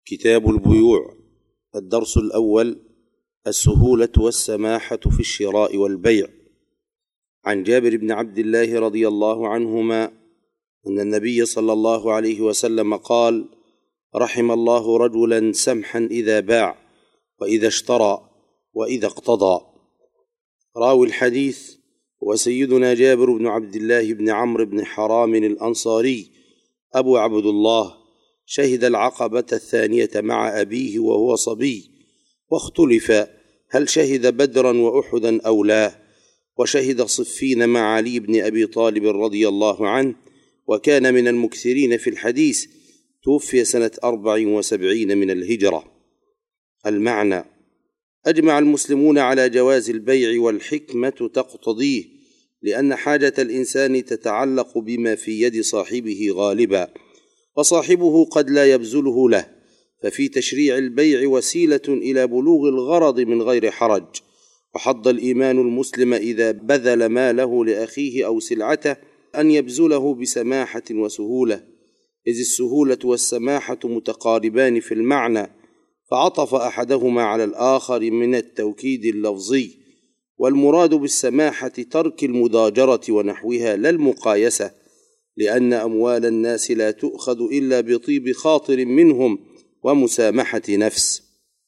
كتاب البيوع. الدرس الأول: السهولة والسماحة في الشراء والبيع. عن جابر بن عبد الله رضي الله عنهما أن النبي صلى الله عليه وسلم قال: رحم الله رجلا سمحا إذا باع وإذا اشترى وإذا اقتضى. راوي الحديث هو سيدنا جابر بن عبد الله بن عمرو بن حرام الأنصاري أبو عبد الله، شهد العقبة الثانية مع أبيه وهو صبي، واختلف هل شهد بدرا وأحدا أو لا، وشهد صفين مع علي بن أبي طالب رضي الله عنه، وكان من المكثرين في الحديث، توفي سنة 74 من الهجرة. المعنى: أجمع المسلمون على جواز البيع والحكمة تقتضيه، لأن حاجة الإنسان تتعلق بما في يد صاحبه غالبا، وصاحبه قد لا يبذله له، ففي تشريع البيع وسيلة إلى بلوغ الغرض من غير حرج. وحض الإيمان المسلم إذا بذل ماله لأخيه أو سلعته أن يبذله بسماحة وسهولة، إذ السهولة والسماحة متقاربان في المعنى، فعطف أحدهما على الآخر من التوكيد اللفظي. والمراد بالسماحة ترك المضاجرة ونحوها لا المقايسة، لأن أموال الناس لا تؤخذ إلا بطيب خاطر منهم ومسامحة نفس.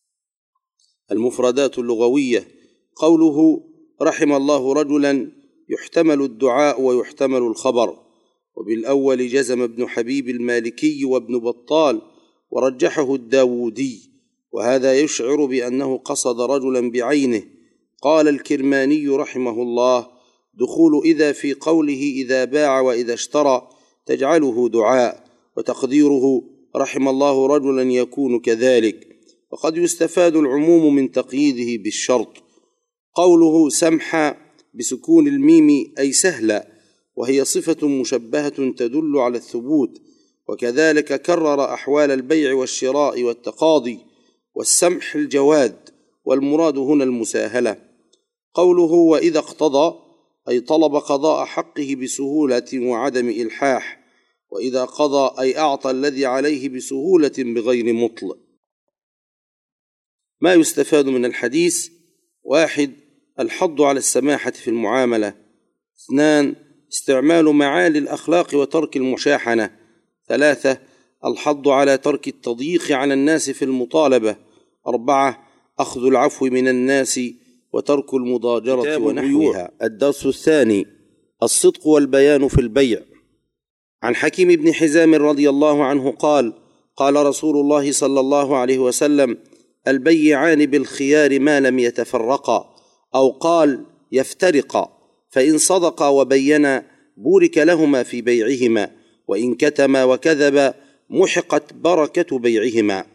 المفردات اللغوية: قوله رحم الله رجلا يحتمل الدعاء ويحتمل الخبر، وبالأول جزم ابن حبيب المالكي وابن بطال ورجحه الداودي، وهذا يشعر بأنه قصد رجلا بعينه. قال الكرماني رحمه الله: دخول إذا في قوله إذا باع وإذا اشترى تجعله دعاء، وتقديره رحم الله رجلا يكون كذلك، وقد يستفاد العموم من تقييده بالشرط. قوله سمحا بسكون الميم أي سهلا، وهي صفة مشبهة تدل على الثبوت، وكذلك كرر أحوال البيع والشراء والتقاضي. والسمح الجواد، والمراد هنا المساهلة. قوله وإذا اقتضى أي طلب قضاء حقه بسهولة وعدم إلحاح، وإذا قضى أي أعطى الذي عليه بسهولة بغير مطل. ما يستفاد من الحديث: 1. الحض على السماحة في المعاملة. 2. استعمال معالي الأخلاق وترك المشاحنة. 3. الحض على ترك التضييق على الناس في المطالبة. 4. أخذ العفو من الناس وترك المضاجرة ونحوها. الدرس الثاني: الصدق والبيان في البيع. عن حكيم بن حزام رضي الله عنه قال: قال رسول الله صلى الله عليه وسلم: البيعان بالخيار ما لم يتفرقا، أو قال يفترقا، فإن صدقا وبينا بورك لهما في بيعهما، وإن كتما وكذبا محقت بركة بيعهما.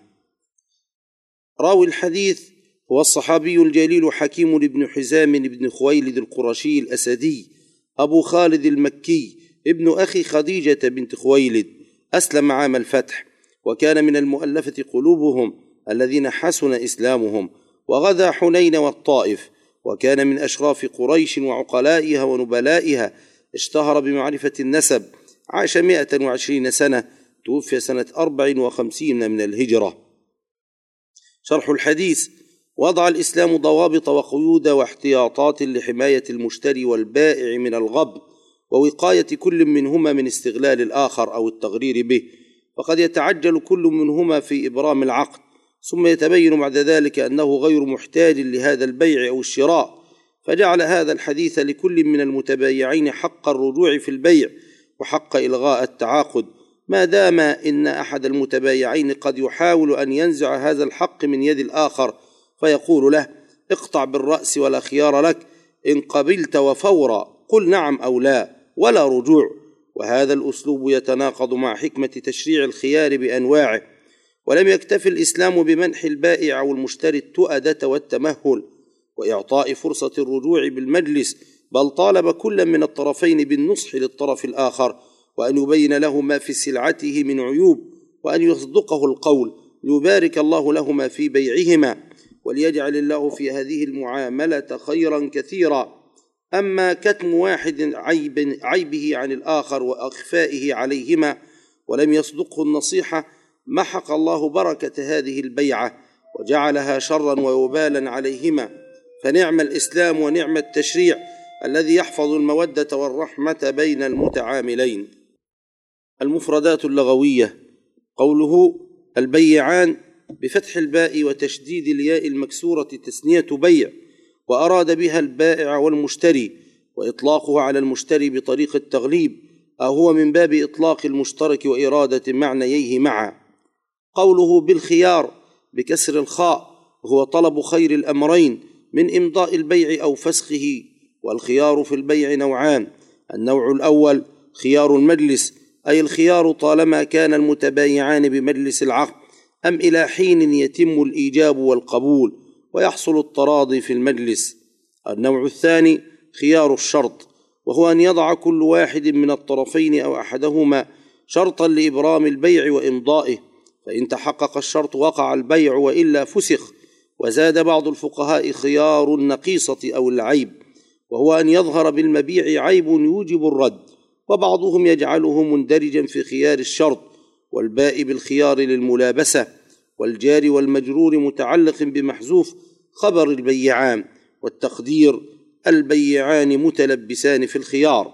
راوي الحديث هو الصحابي الجليل حكيم بن حزام بن خويلد القرشي الأسدي أبو خالد المكي، ابن أخي خديجة بنت خويلد، أسلم عام الفتح، وكان من المؤلفة قلوبهم الذين حسن إسلامهم، وغزا حنين والطائف، وكان من أشراف قريش وعقلائها ونبلائها، اشتهر بمعرفة النسب، عاش 120 سنة، توفي سنة 54 من الهجرة. شرح الحديث: وضع الإسلام ضوابط وقيود واحتياطات لحماية المشتري والبائع من الغبن، ووقاية كل منهما من استغلال الآخر أو التغرير به، فقد يتعجل كل منهما في إبرام العقد، ثم يتبين بعد ذلك أنه غير محتاج لهذا البيع أو الشراء، فجعل هذا الحديث لكل من المتبايعين حق الرجوع في البيع وحق إلغاء التعاقد، ما دام إن أحد المتبايعين قد يحاول أن ينزع هذا الحق من يد الآخر، فيقول له: اقطع بالرأس ولا خيار لك، إن قبلت وفورا قل نعم أو لا، ولا رجوع. وهذا الأسلوب يتناقض مع حكمة تشريع الخيار بأنواعه، ولم يكتف الإسلام بمنح البائع أو المشتري التؤدة والتمهل وإعطاء فرصة الرجوع بالمجلس، بل طالب كل من الطرفين بالنصح للطرف الآخر، وأن يبين له ما في سلعته من عيوب، وأن يصدقه القول ليبارك الله لهما في بيعهما، وليجعل الله في هذه المعاملة خيرا كثيرا. أما كتم واحد عيبه عن الآخر وأخفائه عليهما ولم يصدقه النصيحة، محق الله بركة هذه البيعة وجعلها شرا ووبالا عليهما، فنعم الإسلام ونعم التشريع الذي يحفظ المودة والرحمة بين المتعاملين. المفردات اللغوية: قوله البيعان بفتح الباء وتشديد الياء المكسورة تثنية بيع، وأراد بها البائع والمشتري، وإطلاقه على المشتري بطريق التغليب، أو هو من باب إطلاق المشترك وإرادة معنييه معا. قوله بالخيار بكسر الخاء هو طلب خير الأمرين من إمضاء البيع أو فسخه، والخيار في البيع نوعان: النوع الأول خيار المجلس، أي الخيار طالما كان المتبايعان بمجلس العقد أم إلى حين يتم الإيجاب والقبول ويحصل التراضي في المجلس. النوع الثاني خيار الشرط، وهو أن يضع كل واحد من الطرفين أو أحدهما شرطا لإبرام البيع وإمضائه، فإن تحقق الشرط وقع البيع وإلا فسخ. وزاد بعض الفقهاء خيار النقيصة أو العيب، وهو أن يظهر بالمبيع عيب يوجب الرد، وبعضهم يجعله مندرجا في خيار الشرط، والباء بالخيار للملابسة، والجار والمجرور متعلق بمحذوف خبر البيعان، والتقدير البيعان متلبسان في الخيار.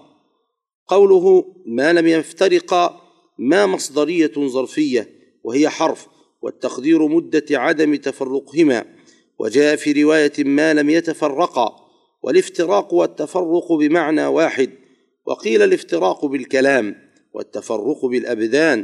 قوله ما لم يفترقا ما مصدرية ظرفية وهي حرف، والتقدير مدة عدم تفرقهما، وجاء في رواية ما لم يتفرقا، والافتراق والتفرق بمعنى واحد، وقيل الافتراق بالكلام والتفرق بالأبدان.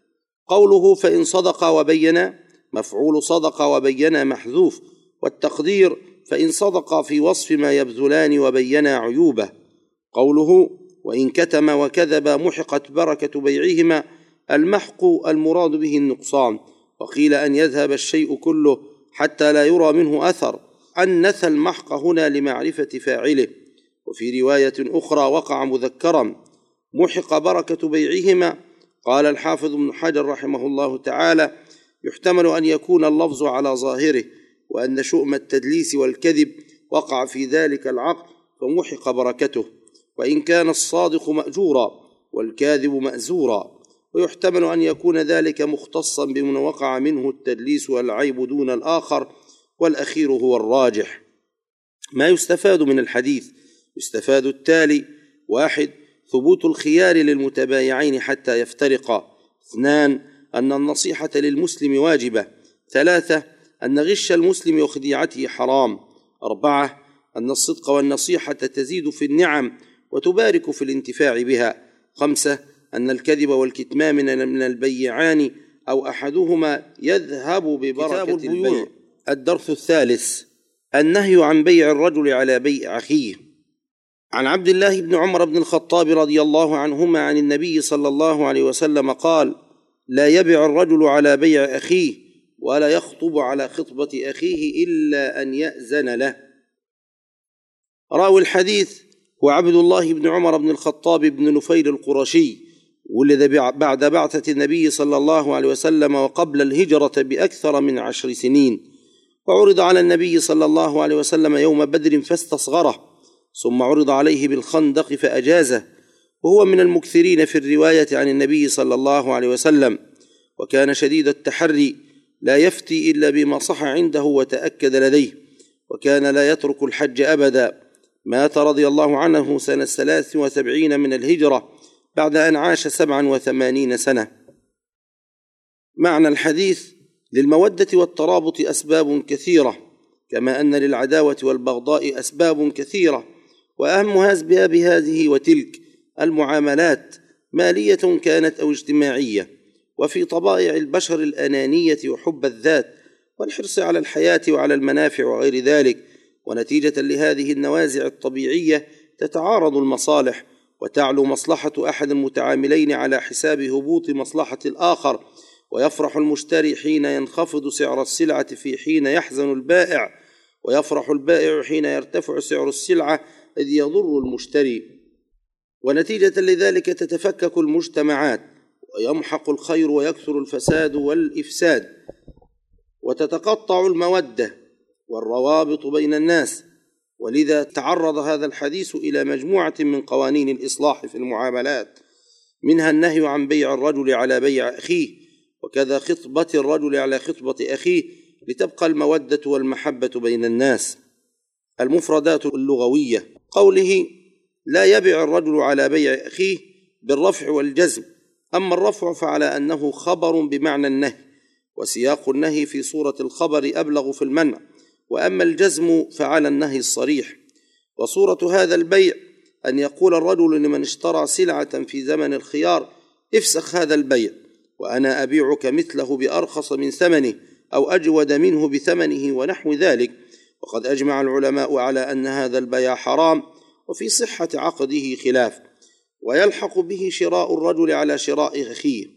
قوله فإن صدقا وبينا مفعول صدق وبينا محذوف، والتقدير فإن صدقا في وصف ما يبذلان وبينا عيوبه. قوله وإن كتم وكذب محقت بركة بيعهما، المحق المراد به النقصان، وقيل أن يذهب الشيء كله حتى لا يرى منه أثر، أنث المحق هنا لمعرفة فاعله. وفي رواية أخرى وقع مذكرا محق بركة بيعهما. قال الحافظ ابن حجر رحمه الله تعالى يحتمل أن يكون اللفظ على ظاهره، وأن شؤم التدليس والكذب وقع في ذلك العقد فمحق بركته، وإن كان الصادق مأجورا والكاذب مأزورا. ويحتمل أن يكون ذلك مختصا بمن وقع منه التدليس والعيب دون الآخر، والأخير هو الراجح. ما يستفاد من الحديث: يستفاد التالي: 1. ثبوت الخيار للمتبايعين حتى يفترقا. 2. أن النصيحة للمسلم واجبة. 3. أن غش المسلم وخديعته حرام. 4. أن الصدق والنصيحة تزيد في النعم وتبارك في الانتفاع بها. 5. أن الكذب والكتمان من البيعان أو أحدهما يذهب ببركة البيع. الدرس الثالث: النهي عن بيع الرجل على بيع أخيه. عن عبد الله بن عمر بن الخطاب رضي الله عنهما عن النبي صلى الله عليه وسلم قال: لا يبيع الرجل على بيع أخيه، ولا يخطب على خطبة أخيه إلا أن يأذن له. راوي الحديث هو عبد الله بن عمر بن الخطاب بن نفيل القرشي، ولد بعد بعثة النبي صلى الله عليه وسلم وقبل الهجرة بأكثر من 10 سنين، وعرض على النبي صلى الله عليه وسلم يوم بدر فاستصغره، ثم عرض عليه بالخندق فأجازه، وهو من المكثرين في الرواية عن النبي صلى الله عليه وسلم، وكان شديد التحري، لا يفتي إلا بما صح عنده وتأكد لديه، وكان لا يترك الحج أبدا. مات رضي الله عنه سنة 73 من الهجرة بعد أن عاش 87 سنة. معنى الحديث: للمودة والترابط أسباب كثيرة، كما أن للعداوة والبغضاء أسباب كثيرة، وأهم أسباب هذه وتلك المعاملات، مالية كانت أو اجتماعية، وفي طبائع البشر الأنانية وحب الذات والحرص على الحياة وعلى المنافع وغير ذلك. ونتيجة لهذه النوازع الطبيعية تتعارض المصالح، وتعلو مصلحة أحد المتعاملين على حساب هبوط مصلحة الآخر، ويفرح المشتري حين ينخفض سعر السلعة في حين يحزن البائع، ويفرح البائع حين يرتفع سعر السلعة إذ يضر المشتري. ونتيجة لذلك تتفكك المجتمعات، ويمحق الخير ويكثر الفساد والإفساد، وتتقطع المودة والروابط بين الناس. ولذا تعرض هذا الحديث إلى مجموعة من قوانين الإصلاح في المعاملات، منها النهي عن بيع الرجل على بيع أخيه، وكذا خطبة الرجل على خطبة أخيه لتبقى المودة والمحبة بين الناس. المفردات اللغوية: قوله لا يبيع الرجل على بيع أخيه بالرفع والجزم، أما الرفع فعلى أنه خبر بمعنى النهي، وسياق النهي في صورة الخبر أبلغ في المنع، وأما الجزم فعلى النهي الصريح. وصورة هذا البيع أن يقول الرجل لمن اشترى سلعة في زمن الخيار: افسخ هذا البيع وأنا أبيعك مثله بأرخص من ثمنه أو أجود منه بثمنه ونحو ذلك. وقد أجمع العلماء على أن هذا البيع حرام، وفي صحة عقده خلاف. ويلحق به شراء الرجل على شراء أخيه.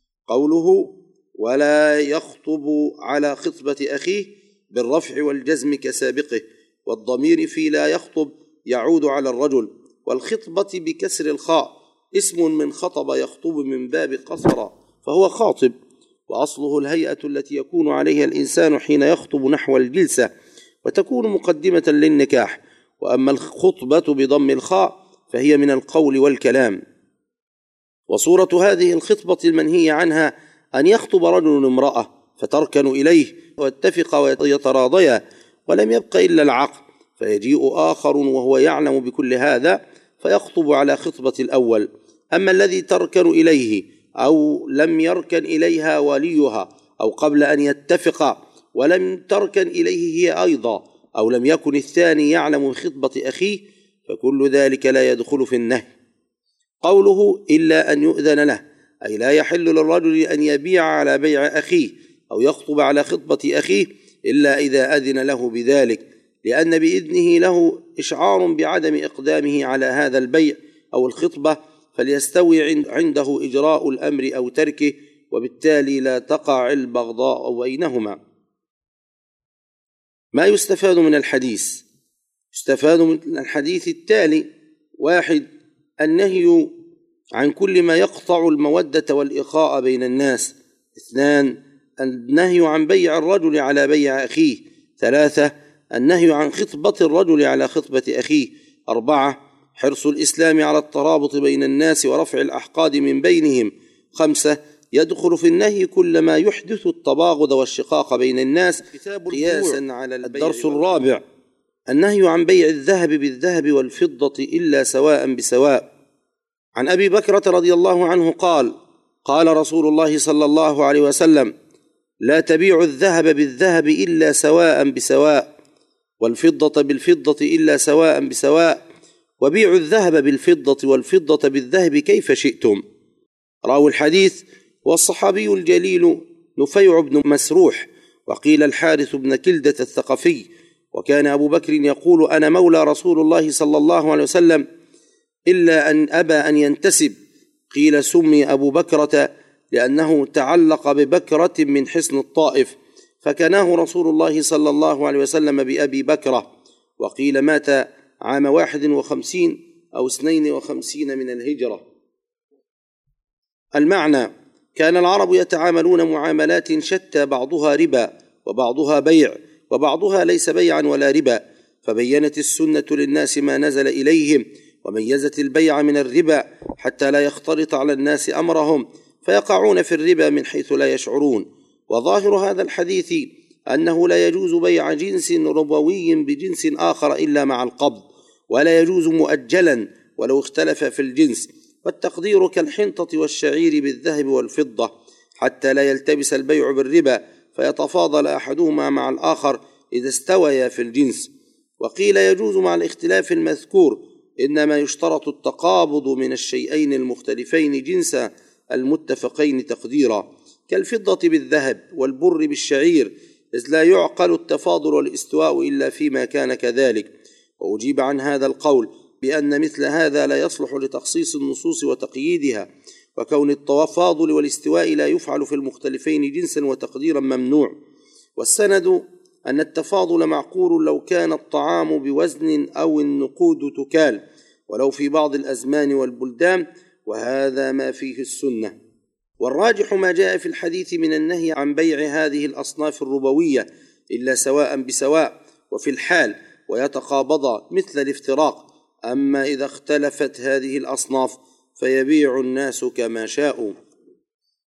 قوله ولا يخطب على خطبة أخيه بالرفع والجزم كسابقه، والضمير في لا يخطب يعود على الرجل، والخطبة بكسر الخاء اسم من خطب يخطب من باب قصر فهو خاطب، وأصله الهيئة التي يكون عليها الإنسان حين يخطب نحو الجلسة، وتكون مقدمة للنكاح. وأما الخطبة بضم الخاء فهي من القول والكلام. وصورة هذه الخطبة المنهي عنها أن يخطب رجل امرأة فتركن إليه واتفق ويتراضيا ولم يبق إلا العقد، فيجيء آخر وهو يعلم بكل هذا فيخطب على خطبة الأول. أما الذي تركن إليه أو لم يركن إليها وليها، أو قبل أن يتفق ولم تركن إليه هي أيضا، أو لم يكن الثاني يعلم بخطبة أخيه، فكل ذلك لا يدخل في النهي. قوله إلا أن يؤذن له، أي لا يحل للرجل أن يبيع على بيع أخيه أو يخطب على خطبة أخيه إلا إذا أذن له بذلك، لأن بإذنه له إشعار بعدم إقدامه على هذا البيع أو الخطبة، فليستوي عنده إجراء الأمر أو تركه، وبالتالي لا تقع البغضاء بينهما. ما يستفاد من الحديث؟ يستفاد من الحديث التالي: 1. النهي عن كل ما يقطع المودة والإخاء بين الناس. 2. النهي عن بيع الرجل على بيع أخيه. 3. النهي عن خطبة الرجل على خطبة أخيه. 4. حرص الإسلام على الترابط بين الناس ورفع الأحقاد من بينهم. 5. يدخل في النهي كل ما يحدث التباغض والشقاق بين الناس قياسا على البيع. الدرس الرابع: النهي عن بيع الذهب بالذهب والفضة إلا سواء بسواء. عن أبي بكرة رضي الله عنه قال: قال رسول الله صلى الله عليه وسلم: لا تبيع الذهب بالذهب إلا سواء بسواء، والفضة بالفضة إلا سواء بسواء، وبيعوا الذهب بالفضة والفضة بالذهب كيف شئتم. راوي الحديث والصحابي الجليل نفيع بن مسروح، وقيل الحارث بن كلدة الثقفي. وكان أبو بكر يقول: أنا مولى رسول الله صلى الله عليه وسلم، إلا أن أبى أن ينتسب. قيل سمي أبو بكرة لأنه تعلق ببكرة من حصن الطائف، فكناه رسول الله صلى الله عليه وسلم بأبي بكرة. وقيل مات عام 51 أو 52 من الهجرة. المعنى: كان العرب يتعاملون معاملات شتى، بعضها ربا وبعضها بيع وبعضها ليس بيعا ولا ربا، فبينت السنة للناس ما نزل إليهم، وميزت البيع من الربا حتى لا يختلط على الناس أمرهم فيقعون في الربا من حيث لا يشعرون. وظاهر هذا الحديث أنه لا يجوز بيع جنس ربوي بجنس آخر إلا مع القبض، ولا يجوز مؤجلا ولو اختلف في الجنس، والتقدير كالحنطة والشعير بالذهب والفضة، حتى لا يلتبس البيع بالربا فيتفاضل أحدهما مع الآخر إذا استويا في الجنس. وقيل يجوز مع الاختلاف المذكور، إنما يشترط التقابض من الشيئين المختلفين جنسا المتفقين تقديرا، كالفضة بالذهب والبر بالشعير، إذ لا يعقل التفاضل والاستواء إلا فيما كان كذلك. وأجيب عن هذا القول بأن مثل هذا لا يصلح لتخصيص النصوص وتقييدها، وكون التفاضل والاستواء لا يفعل في المختلفين جنسا وتقديرا ممنوع. والسند أن التفاضل معقول لو كان الطعام بوزن أو النقود تكال، ولو في بعض الأزمان والبلدان، وهذا ما فيه السنة. والراجح ما جاء في الحديث من النهي عن بيع هذه الأصناف الربوية إلا سواء بسواء وفي الحال ويتقابضا مثل الافتراق. أما إذا اختلفت هذه الأصناف فيبيع الناس كما شاءوا.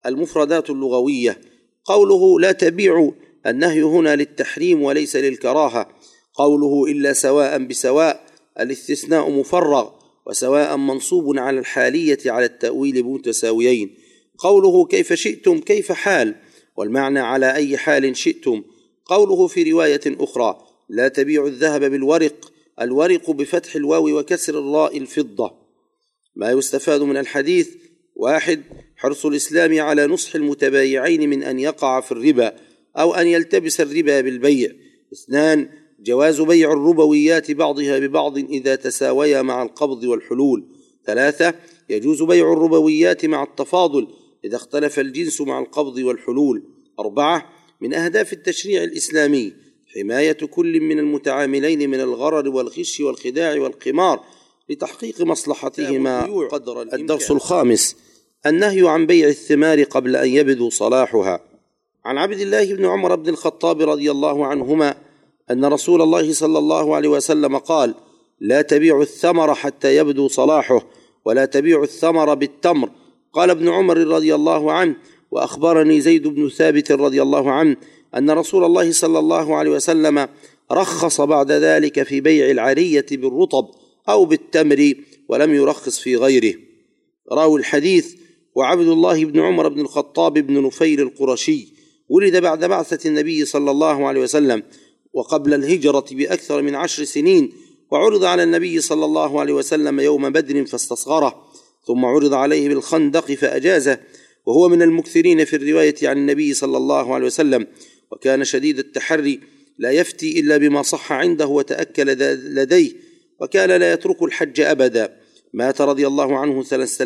المفردات اللغوية. قوله لا تبيع، النهي هنا للتحريم وليس للكراهة. قوله إلا سواء بسواء، الاستثناء مفرغ، وسواء منصوب على الحالية على التأويل متساويين. قوله كيف شئتم، كيف حال، والمعنى على أي حال شئتم. قوله في رواية أخرى لا تبيع الذهب بالورق، الورق بفتح الواو وكسر الراء الفضة. ما يستفاد من الحديث: 1. حرص الإسلام على نصح المتبايعين من أن يقع في الربا أو أن يلتبس الربا بالبيع. 2. جواز بيع الربويات بعضها ببعض إذا تساويا مع القبض والحلول. 3. يجوز بيع الربويات مع التفاضل إذا اختلف الجنس مع القبض والحلول. 4. من أهداف التشريع الإسلامي حماية كل من المتعاملين من الغرر والغش والخداع والقمار لتحقيق مصلحتهما قدر الإمكان. الدرس الخامس: النهي عن بيع الثمار قبل أن يبدو صلاحها. عن عبد الله بن عمر بن الخطاب رضي الله عنهما أن رسول الله صلى الله عليه وسلم قال: لا تبيع الثمر حتى يبدو صلاحه، ولا تبيع الثمر بالتمر. قال ابن عمر رضي الله عنه: وأخبرني زيد بن ثابت رضي الله عنه أن رسول الله صلى الله عليه وسلم رخص بعد ذلك في بيع العرية بالرطب أو بالتمر، ولم يرخص في غيره. راوي الحديث: وعبد الله بن عمر بن الخطاب بن نفيل القرشي، ولد بعد بعثة النبي صلى الله عليه وسلم وقبل الهجرة بأكثر من 10 سنين، وعرض على النبي صلى الله عليه وسلم يوم بدر فاستصغره، ثم عرض عليه بالخندق فأجازه، وهو من المكثرين في الرواية عن النبي صلى الله عليه وسلم، وكان شديد التحري، لا يفتي إلا بما صح عنده وتأكل لديه، وكان لا يترك الحج أبدا. مات رضي الله عنه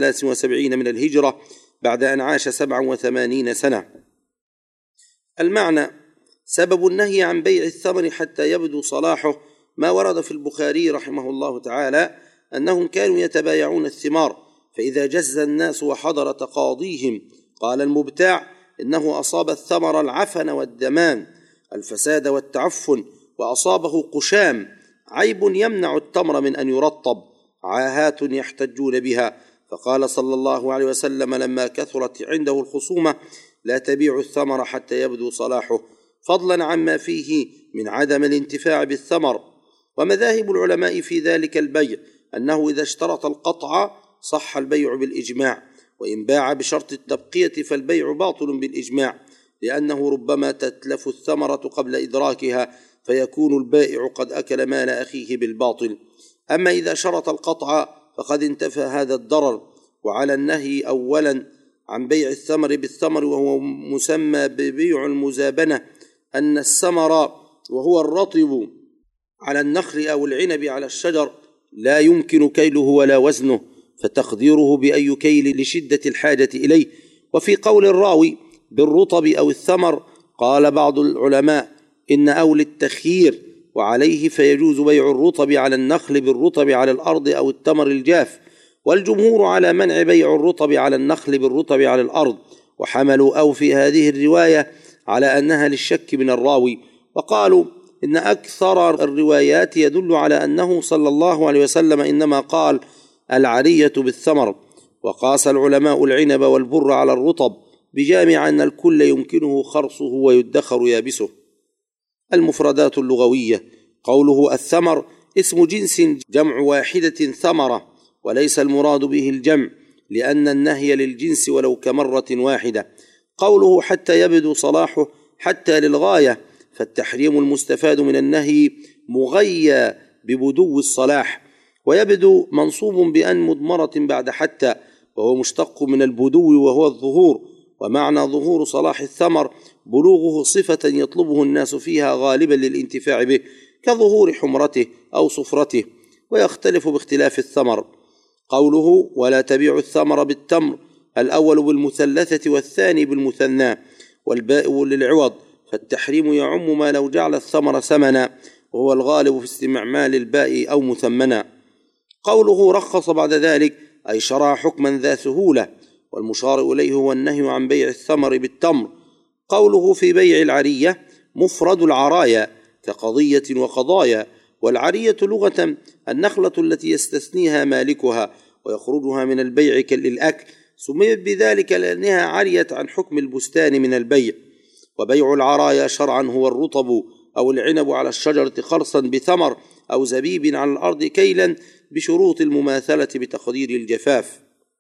73 من الهجرة بعد أن عاش 87 سنة. المعنى: سبب النهي عن بيع الثمر حتى يبدو صلاحه ما ورد في البخاري رحمه الله تعالى أنهم كانوا يتبايعون الثمار، فإذا جز الناس وحضر تقاضيهم قال المبتاع: إنه أصاب الثمر العفن والدمان، الفساد والتعفن، وأصابه قشام، عيب يمنع التمر من أن يرطب، عاهات يحتجون بها. فقال صلى الله عليه وسلم لما كثرت عنده الخصومة: لا تبيع الثمر حتى يبدو صلاحه، فضلا عما فيه من عدم الانتفاع بالثمر. ومذاهب العلماء في ذلك البيع أنه إذا اشترط القطع صح البيع بالإجماع، وإن باع بشرط التبقية فالبيع باطل بالإجماع، لأنه ربما تتلف الثمرة قبل إدراكها فيكون البائع قد أكل مال أخيه بالباطل. أما إذا شرط القطع فقد انتفى هذا الضرر. وعلى النهي أولا عن بيع الثمر بالثمر، وهو مسمى ببيع المزابنة، أن الثمر وهو الرطب على النخل أو العنب على الشجر لا يمكن كيله ولا وزنه، فتقديره بأي كيل لشدة الحاجة إليه. وفي قول الراوي بالرطب أو الثمر قال بعض العلماء إن أولى التخيير، وعليه فيجوز بيع الرطب على النخل بالرطب على الأرض أو التمر الجاف، والجمهور على منع بيع الرطب على النخل بالرطب على الأرض، وحملوا أو في هذه الرواية على أنها للشك من الراوي، وقالوا إن أكثر الروايات يدل على أنه صلى الله عليه وسلم إنما قال العرية بالثمر. وقاس العلماء العنب والبر على الرطب بجامع أن الكل يمكنه خرصه ويدخر يابسه. المفردات اللغوية: قوله الثمر اسم جنس جمع واحدة ثمرة، وليس المراد به الجمع لأن النهي للجنس ولو كمرة واحدة. قوله حتى يبدو صلاحه حتى للغاية، فالتحريم المستفاد من النهي مغيى ببدو الصلاح، ويبدو منصوب بأن مضمرة بعد حتى، وهو مشتق من البدو وهو الظهور. ومعنى ظهور صلاح الثمر بلوغه صفة يطلبه الناس فيها غالبا للانتفاع به، كظهور حمرته أو صفرته، ويختلف باختلاف الثمر. قوله ولا تبيع الثمر بالتمر، الأول بالمثلثة والثاني بالمثنى، والباء للعوض، فالتحريم يعم ما لو جعل الثمر ثمنا، وهو الغالب في استعمال الباء أو مثمنا. قوله رخص بعد ذلك أي شرع حكما ذا سهولة، والمشار إليه هو النهي عن بيع الثمر بالتمر. قوله في بيع العرية مفرد العرايا كقضية وقضايا، والعرية لغة النخلة التي يستثنيها مالكها ويخرجها من البيع للأكل، سميت بذلك لأنها عريت عن حكم البستان من البيع. وبيع العرايا شرعا هو الرطب أو العنب على الشجرة خرصا بثمر، أو زبيب على الأرض كيلا، بشروط المماثلة بتقدير الجفاف.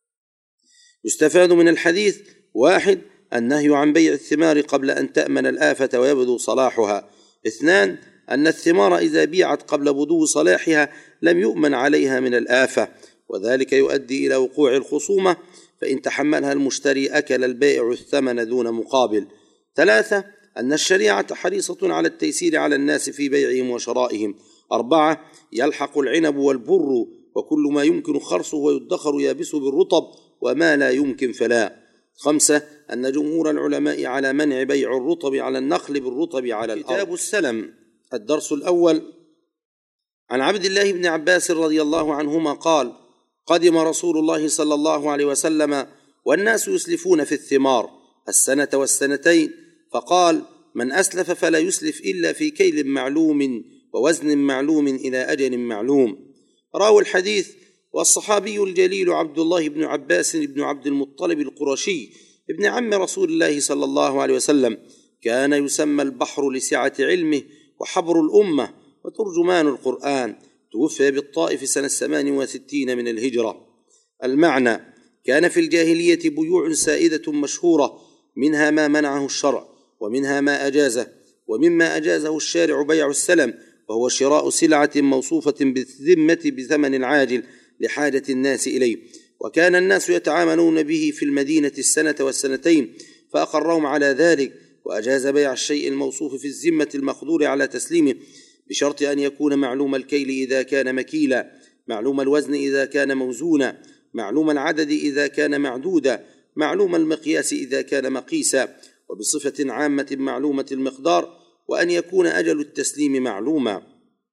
يستفاد من الحديث: 1. النهي عن بيع الثمار قبل أن تأمن الآفة ويبدو صلاحها. 2. أن الثمار إذا بيعت قبل بدو صلاحها لم يؤمن عليها من الآفة، وذلك يؤدي إلى وقوع الخصومة، فإن تحملها المشتري أكل البائع الثمن دون مقابل. 3. أن الشريعة حريصة على التيسير على الناس في بيعهم وشرائهم. 4. يلحق العنب والبر وكل ما يمكن خرصه ويدخر يابسه بالرطب، وما لا يمكن فلا. 5. أن جمهور العلماء على منع بيع الرطب على النخل بالرطب على الأرض. كتاب السلم. الدرس الأول. عن عبد الله بن عباس رضي الله عنهما قال: قدم رسول الله صلى الله عليه وسلم والناس يسلفون في الثمار السنة والسنتين، فقال: من أسلف فلا يسلف إلا في كيل معلوم ووزن معلوم إلى أجل معلوم. راوي الحديث والصحابي الجليل عبد الله بن عباس بن عبد المطلب القرشي ابن عم رسول الله صلى الله عليه وسلم، كان يسمى البحر لسعة علمه وحبر الأمة وترجمان القرآن، توفي بالطائف سنة 68 من الهجرة. المعنى: كان في الجاهلية بيوع سائدة مشهورة، منها ما منعه الشرع ومنها ما أجازه، ومما أجازه الشارع بيع السلم، وهو شراء سلعة موصوفة بالذمة بثمن عاجل لحاجة الناس إليه، وكان الناس يتعاملون به في المدينة السنة والسنتين، فأقرهم على ذلك، وأجاز بيع الشيء الموصوف في الذمة المقدور على تسليمه، بشرط أن يكون معلوم الكيل إذا كان مكيلا، معلوم الوزن إذا كان موزونا، معلوم العدد إذا كان معدودا، معلوم المقياس إذا كان مقيسا، وبصفة عامة معلومة المقدار، وأن يكون أجل التسليم معلوما.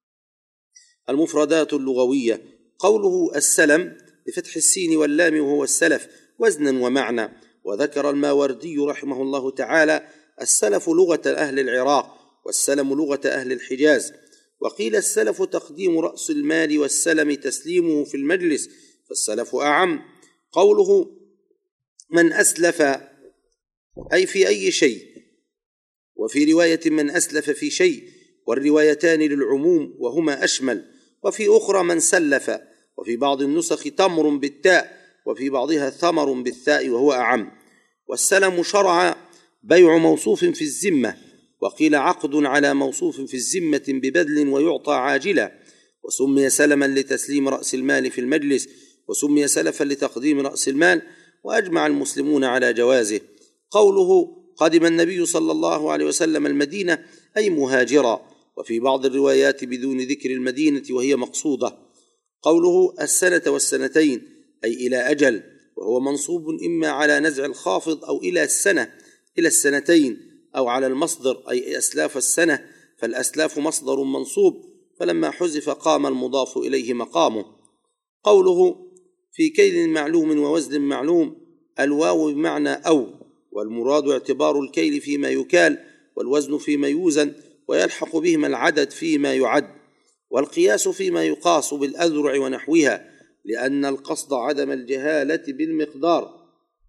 المفردات اللغوية: قوله السلم بفتح السين واللام وهو السلف وزنا ومعنى. وذكر الماوردي رحمه الله تعالى السلف لغة أهل العراق، والسلم لغة أهل الحجاز. وقيل السلف تقديم رأس المال، والسلم تسليمه في المجلس، فالسلف أعم. قوله من أسلف أي في أي شيء، وفي رواية من أسلف في شيء، والروايتان للعموم وهما أشمل. وفي أخرى من سلف، وفي بعض النسخ تمر بالتاء، وفي بعضها ثمر بالثاء وهو أعم. والسلم شرع بيع موصوف في الذمة، وقيل عقد على موصوف في الذمة ببذل ويعطى عاجلا، وسمي سلما لتسليم رأس المال في المجلس، وسمي سلفا لتقديم رأس المال، وأجمع المسلمون على جوازه. قوله قدم النبي صلى الله عليه وسلم المدينة أي مهاجرا، وفي بعض الروايات بدون ذكر المدينة وهي مقصودة. قوله السنة والسنتين أي إلى أجل، وهو منصوب إما على نزع الخافض أو إلى السنة، إلى السنتين، أو على المصدر أي أسلاف السنة، فالأسلاف مصدر منصوب، فلما حذف قام المضاف إليه مقامه. قوله في كيل معلوم ووزن معلوم، الواو بمعنى أو، والمراد اعتبار الكيل فيما يكال، والوزن فيما يوزن، ويلحق بهما العدد فيما يعد، والقياس فيما يقاس بالأذرع ونحوها، لأن القصد عدم الجهالة بالمقدار.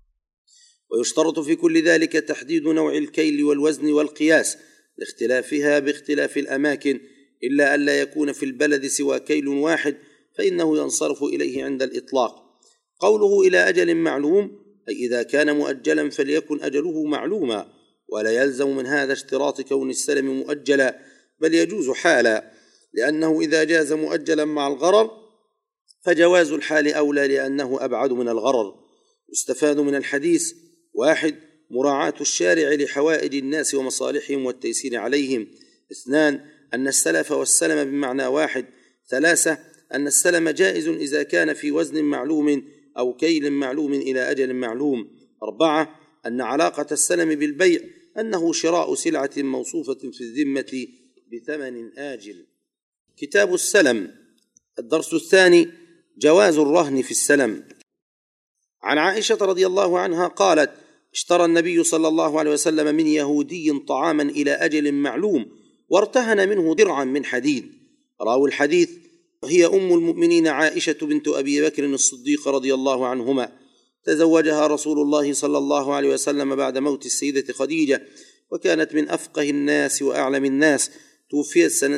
ويشترط في كل ذلك تحديد نوع الكيل والوزن والقياس لاختلافها باختلاف الأماكن، إلا أن لا يكون في البلد سوى كيل واحد، فإنه ينصرف إليه عند الإطلاق. قوله إلى أجل معلوم أي إذا كان مؤجلا فليكن أجله معلوما، ولا يلزم من هذا اشتراط كون السلم مؤجلا، بل يجوز حالا، لأنه إذا جاز مؤجلا مع الغرر فجواز الحال أولى لأنه أبعد من الغرر. يستفاد من الحديث: 1. مراعاة الشارع لحوائج الناس ومصالحهم والتيسير عليهم. 2. أن السلف والسلم بمعنى واحد. 3. أن السلم جائز إذا كان في وزن معلوم أو كيل معلوم إلى أجل معلوم. 4. أن علاقة السلم بالبيع أنه شراء سلعة موصوفة في الذمة بثمن آجل. كتاب السلم. الدرس الثاني. جواز الرهن في السلم. عن عائشة رضي الله عنها قالت: اشترى النبي صلى الله عليه وسلم من يهودي طعاما إلى أجل معلوم، وارتهن منه درعا من حديد. راوي الحديث هي أم المؤمنين عائشة بنت أبي بكر الصديق رضي الله عنهما، تزوجها رسول الله صلى الله عليه وسلم بعد موت السيدة خديجة، وكانت من أفقه الناس وأعلم الناس، توفيت سنة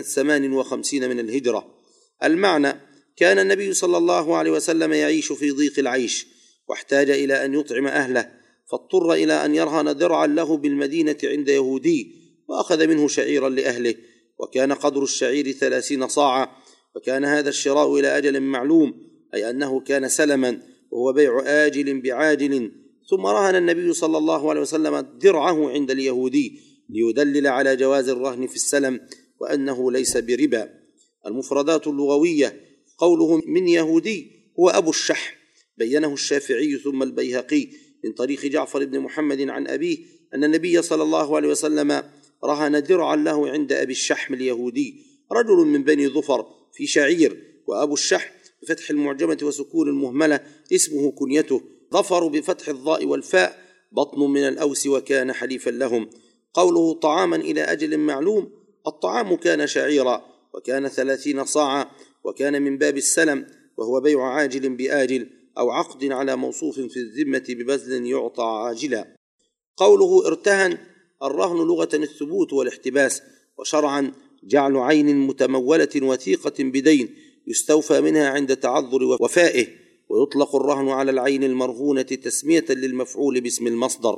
58 من الهجرة. المعنى: كان النبي صلى الله عليه وسلم يعيش في ضيق العيش، واحتاج إلى أن يطعم أهله، فاضطر إلى أن يرهن درعا له بالمدينة عند يهودي، وأخذ منه شعيرا لأهله، وكان قدر الشعير 30 صاعا، وكان هذا الشراء إلى أجل معلوم، أي أنه كان سلما، وهو بيع آجل بعاجل. ثم رهن النبي صلى الله عليه وسلم درعه عند اليهودي ليدلل على جواز الرهن في السلم، وأنه ليس بربا. المفردات اللغوية: قوله من يهودي هو أبو الشحم، بينه الشافعي ثم البيهقي من طريق جعفر بن محمد عن أبيه أن النبي صلى الله عليه وسلم رهن درعا له عند أبي الشحم اليهودي، رجل من بني ظفر، في شعير. وأبو الشحم بفتح المعجمة وسكون المهملة اسمه كنيته. ظفر بفتح الضاء والفاء بطن من الأوس، وكان حليفا لهم. قوله طعاما إلى أجل معلوم: الطعام كان شعيرا، وكان 30 صاعا، وكان من باب السلم، وهو بيع عاجل بآجل أو عقد على موصوف في الذمة ببذل يعطى عاجلا. قوله ارتهن: الرهن لغة الثبوت والاحتباس، وشرعا جعل عين متمولة وثيقة بدين يستوفى منها عند تعذر وفائه، ويطلق الرهن على العين المرهونة تسمية للمفعول باسم المصدر.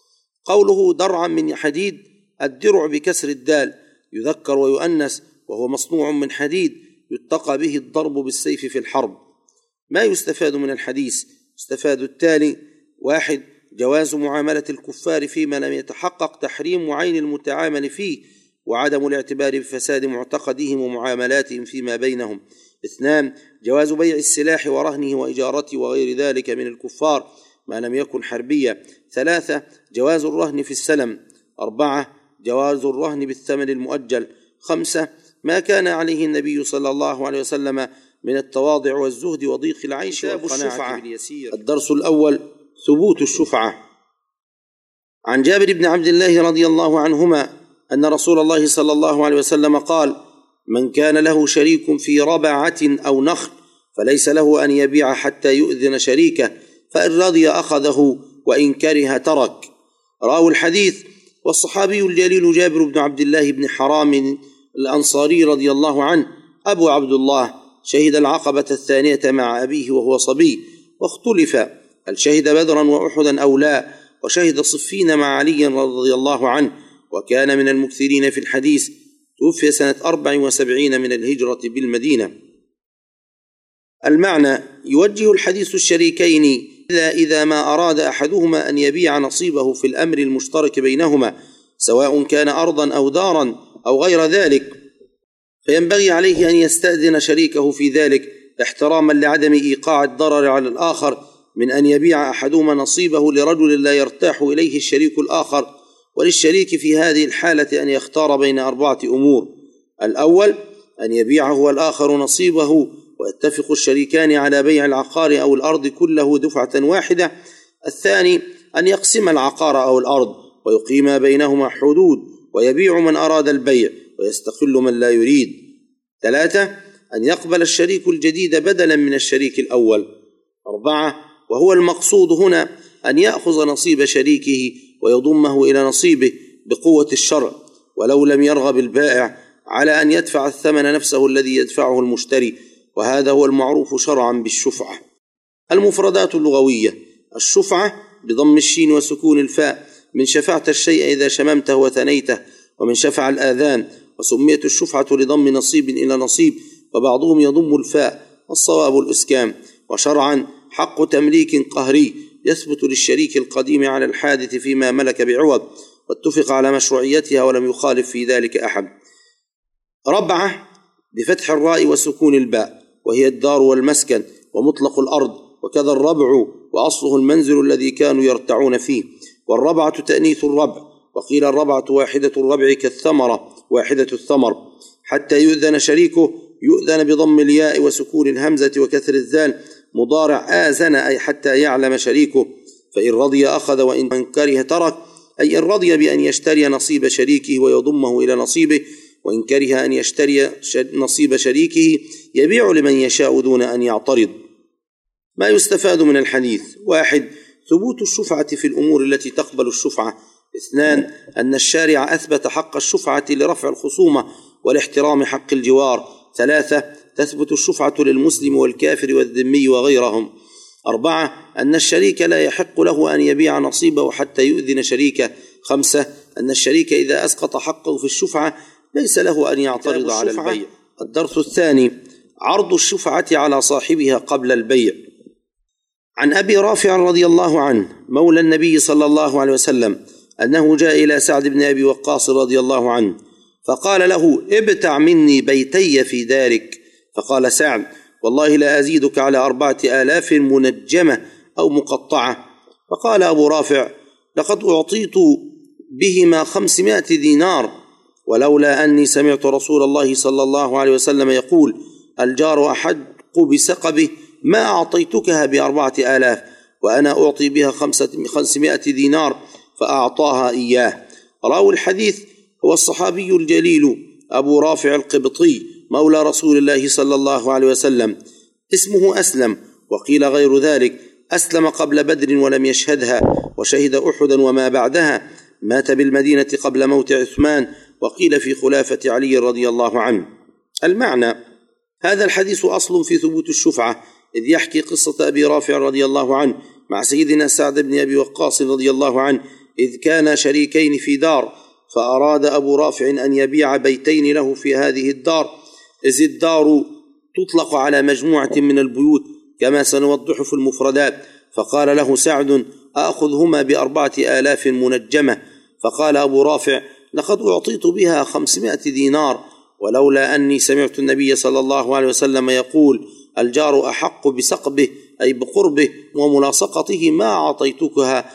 قوله درعا من حديد: الدرع بكسر الدال يذكر ويؤنس، وهو مصنوع من حديد يتقى به الضرب بالسيف في الحرب. ما يستفاد من الحديث؟ يستفاد التالي: 1. جواز معاملة الكفار فيما لم يتحقق تحريم عين المتعامل فيه، وعدم الاعتبار بفساد معتقدهم ومعاملاتهم فيما بينهم. 2. جواز بيع السلاح ورهنه وإجارته وغير ذلك من الكفار ما لم يكن حربيا. 3. جواز الرهن في السلم. 4. جواز الرهن بالثمن المؤجل. 5. ما كان عليه النبي صلى الله عليه وسلم من التواضع والزهد وضيق العيش والقناعة باليسير. الدرس الأول: ثبوت الشفعة. عن جابر بن عبد الله رضي الله عنهما أن رسول الله صلى الله عليه وسلم قال: من كان له شريك في ربعة أو نخل فليس له أن يبيع حتى يؤذن شريكه، فإن رضي أخذه وإن كره ترك. رواه الحديث والصحابي الجليل جابر بن عبد الله بن حرام الأنصاري رضي الله عنه أبو عبد الله، شهد العقبة الثانية مع أبيه وهو صبي، واختلف هل شهد بدرا وأحدا أو لا، وشهد صفين مع علي رضي الله عنه، وكان من المكثرين في الحديث. توفي سنة 74 من الهجرة بالمدينة. المعنى: يوجه الحديث الشريكين إذا ما أراد أحدهما أن يبيع نصيبه في الأمر المشترك بينهما، سواء كان أرضا أو دارا أو غير ذلك، فينبغي عليه أن يستأذن شريكه في ذلك احتراما لعدم إيقاع الضرر على الآخر، من أن يبيع أحدهما نصيبه لرجل لا يرتاح إليه الشريك الآخر. وللشريك في هذه الحالة أن يختار بين 4 أمور: الأول أن يبيع هو الآخر نصيبه، ويتفق الشريكان على بيع العقار أو الأرض كله دفعة واحدة. الثاني أن يقسم العقار أو الأرض ويقيم بينهما حدود، ويبيع من أراد البيع ويستقل من لا يريد. 3. أن يقبل الشريك الجديد بدلا من الشريك الأول. 4. وهو المقصود هنا أن يأخذ نصيب شريكه ويضمه إلى نصيبه بقوة الشرع، ولو لم يرغب البائع على أن يدفع الثمن نفسه الذي يدفعه المشتري، وهذا هو المعروف شرعا بالشفعة. المفردات اللغوية: الشفعة بضم الشين وسكون الفاء، من شفعت الشيء إذا شممته وثنيته، ومن شفع الآذان، وسميت الشفعة لضم نصيب إلى نصيب، وبعضهم يضم الفاء، والصواب الإسكان. وشرعا حق تمليك قهري يثبت للشريك القديم على الحادث فيما ملك بعوض، واتفق على مشروعيتها ولم يخالف في ذلك أحد. ربعة بفتح الراء وسكون الباء، وهي الدار والمسكن ومطلق الأرض، وكذا الربع، وأصله المنزل الذي كانوا يرتعون فيه. والربعة تأنيث الربع، وقيل الربعة واحدة الربع كالثمرة واحدة الثمر. حتى يؤذن شريكه، يؤذن بضم الياء وسكون الهمزة وكسر الذال، مضارع آذن أي حتى يعلم شريكه. فإن رضي أخذ وإن كره ترك، أي إن رضي بأن يشتري نصيب شريكه ويضمه إلى نصيبه، وإن كره أن يشتري نصيب شريكه يبيع لمن يشاء دون أن يعترض. ما يستفاد من الحديث: 1. ثبوت الشفعة في الأمور التي تقبل الشفعة. 2 أن الشارع أثبت حق الشفعة لرفع الخصومة والاحترام حق الجوار. 3 تثبت الشفعة للمسلم والكافر والذمي وغيرهم. 4 أن الشريك لا يحق له أن يبيع نصيبه حتى يؤذن شريكه. 5 أن الشريك إذا أسقط حقه في الشفعة ليس له أن يعترض على البيع. الدرس الثاني عرض الشفعة على صاحبها قبل البيع. عن أبي رافع رضي الله عنه مولى النبي صلى الله عليه وسلم أنه جاء إلى سعد بن أبي وقاص رضي الله عنه فقال له: ابتع مني بيتي في دارك. فقال سعد: والله لا أزيدك على 4000 منجمة أو مقطعة. فقال أبو رافع: لقد أعطيت بهما 500 دينار، ولولا أني سمعت رسول الله صلى الله عليه وسلم يقول: الجار أحق بسقبه ما أعطيتكها ب4000 وأنا أعطي بها 500 دينار، فأعطاها إياه. راوي الحديث هو الصحابي الجليل أبو رافع القبطي مولى رسول الله صلى الله عليه وسلم، اسمه أسلم، وقيل غير ذلك أسلم قبل بدر ولم يشهدها، وشهد أحدا وما بعدها، مات بالمدينة قبل موت عثمان، وقيل في خلافة علي رضي الله عنه. المعنى: هذا الحديث أصل في ثبوت الشفعة، إذ يحكي قصة أبي رافع رضي الله عنه مع سيدنا سعد بن أبي وقاص رضي الله عنه، إذ كانا شريكين في دار، فأراد أبو رافع أن يبيع بيتين له في هذه الدار، إذ الدار تطلق على مجموعة من البيوت كما سنوضح في المفردات. فقال له سعد: أخذهما ب4000 منجمة. فقال أبو رافع: لقد أعطيت بها 500 دينار، ولولا أني سمعت النبي صلى الله عليه وسلم يقول: الجار أحق بسقبه أي بقربه وملاصقته ما أعطيتكها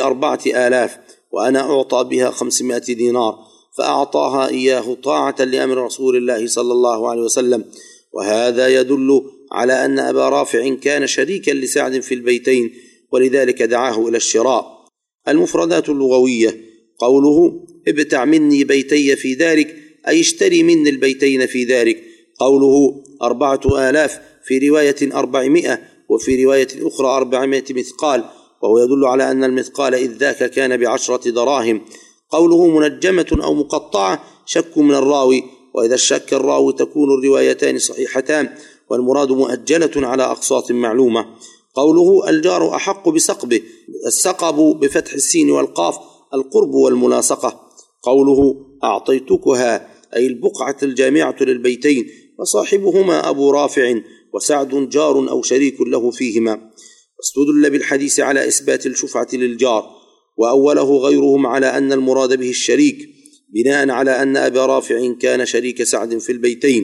ب4000 وأنا أعطى بها 500 دينار، فأعطاها إياه طاعة لأمر رسول الله صلى الله عليه وسلم. وهذا يدل على أن أبا رافع كان شريكا لسعد في البيتين، ولذلك دعاه إلى الشراء. المفردات اللغوية: قوله: ابتع مني بيتي في دارك أي اشتري مني البيتين في دارك. قوله 4000 في رواية 400، وفي رواية أخرى 400 مثقال، وهو يدل على أن المثقال إذ ذاك كان ب10 دراهم. قوله منجمة أو مقطعة شك من الراوي، وإذا الشك الراوي تكون الروايتان صحيحتان، والمراد مؤجلة على أقساط معلومة. قوله الجار أحق بسقبه، السقب بفتح السين والقاف القرب والملاصقة. قوله أعطيتكها أي البقعة الجامعة للبيتين، وصاحبهما أبو رافع، وسعد جار أو شريك له فيهما. واستدل بالحديث على إثبات الشفعة للجار، وأوله غيرهم على أن المراد به الشريك، بناء على أن أبا رافع كان شريك سعد في البيتين.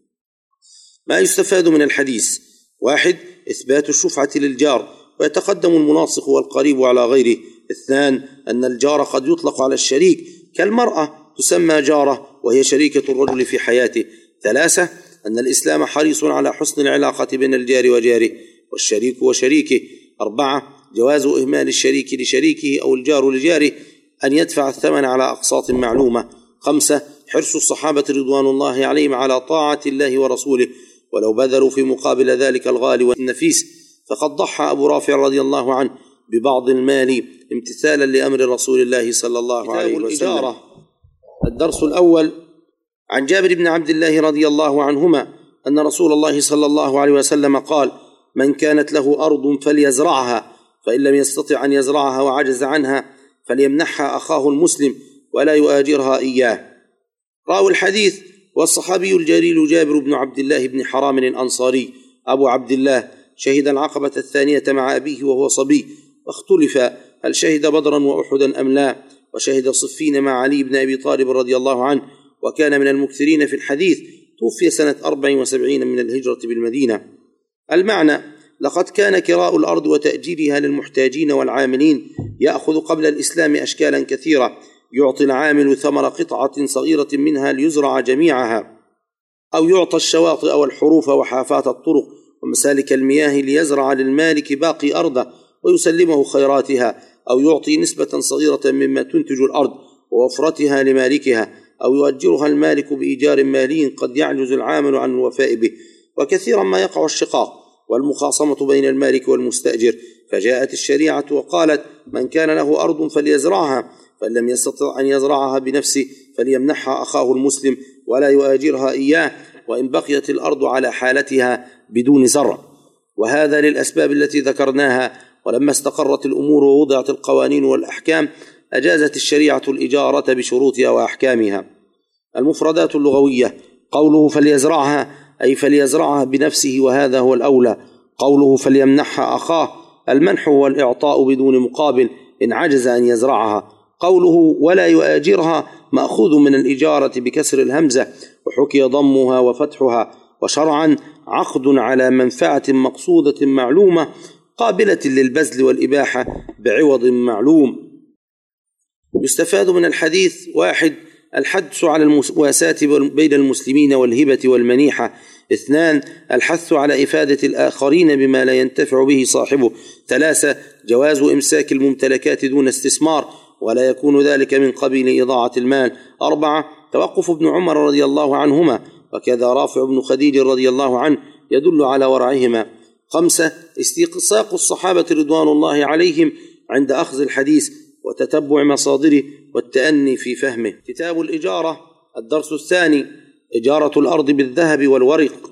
ما يستفاد من الحديث: 1 إثبات الشفعة للجار، ويتقدم المناصخ والقريب على غيره. 2 أن الجار قد يطلق على الشريك، كالمرأة تسمى جارة وهي شريكة الرجل في حياته. 3 أن الإسلام حريص على حسن العلاقة بين الجار وجاره والشريك وشريكه. 4 جواز إهمال الشريك لشريكه أو الجار لجاره أن يدفع الثمن على أقساط معلومة. 5 حرص الصحابة رضوان الله عليهم على طاعة الله ورسوله، ولو بذلوا في مقابل ذلك الغالي والنفيس، فقد ضحى أبو رافع رضي الله عنه ببعض المال امتثالا لأمر رسول الله صلى الله عليه وسلم. الدرس الأول: عن جابر بن عبد الله رضي الله عنهما أن رسول الله صلى الله عليه وسلم قال: من كانت له أرض فليزرعها، فإن لم يستطع أن يزرعها وعجز عنها فليمنحها أخاه المسلم ولا يؤاجرها إياه. راوي الحديث والصحابي الجليل جابر بن عبد الله بن حرام الأنصاري أبو عبد الله، شهد العقبة الثانية مع أبيه وهو صبي، واختلف هل شهد بدرا وأحدا أم لا، وشهد صفين مع علي بن أبي طالب رضي الله عنه، وكان من المكثرين في الحديث، توفي سنة 74 من الهجرة بالمدينة. المعنى: لقد كان كراء الأرض وتأجيرها للمحتاجين والعاملين يأخذ قبل الإسلام أشكالا كثيرة، يعطي العامل ثمر قطعة صغيرة منها ليزرع جميعها، أو يعطى الشواطئ والحروف وحافات الطرق ومسالك المياه ليزرع للمالك باقي أرضه ويسلمه خيراتها، أو يعطي نسبة صغيرة مما تنتج الأرض ووفرتها لمالكها، أو يؤجرها المالك بإيجار مالي قد يعجز العامل عن الوفاء به. وكثيرا ما يقع الشقاق والمخاصمة بين المالك والمستأجر فجاءت الشريعة وقالت من كان له أرض فليزرعها، فإن لم يستطع أن يزرعها بنفسه فليمنحها أخاه المسلم ولا يؤاجرها إياه، وإن بقيت الأرض على حالتها بدون زرع. وهذا للأسباب التي ذكرناها. ولما استقرت الأمور ووضعت القوانين والأحكام أجازت الشريعة الإجارة بشروطها وأحكامها. المفردات اللغوية: قوله فليزرعها أي فليزرعها بنفسه، وهذا هو الأولى. قوله فليمنحها أخاه، المنح هو الإعطاء بدون مقابل إن عجز أن يزرعها. قوله ولا يؤاجرها مأخوذ من الإجارة بكسر الهمزة، وحكي ضمها وفتحها. وشرعا عقد على منفعة مقصودة معلومة قابلة للبذل والإباحة بعوض معلوم. يستفاد من الحديث: 1. الحث على المواساة بين المسلمين والهبة والمنيحة. 2. الحث على إفادة الآخرين بما لا ينتفع به صاحبه. 3. جواز إمساك الممتلكات دون استثمار، ولا يكون ذلك من قبيل إضاعة المال. 4. توقف ابن عمر رضي الله عنهما، وكذا رافع بن خديج رضي الله عنه، يدل على ورعهما. 5. استقصاء الصحابة رضوان الله عليهم عند أخذ الحديث وتتبع مصادره والتأني في فهمه. كتاب الإجارة. الدرس الثاني: إجارة الأرض بالذهب والورق.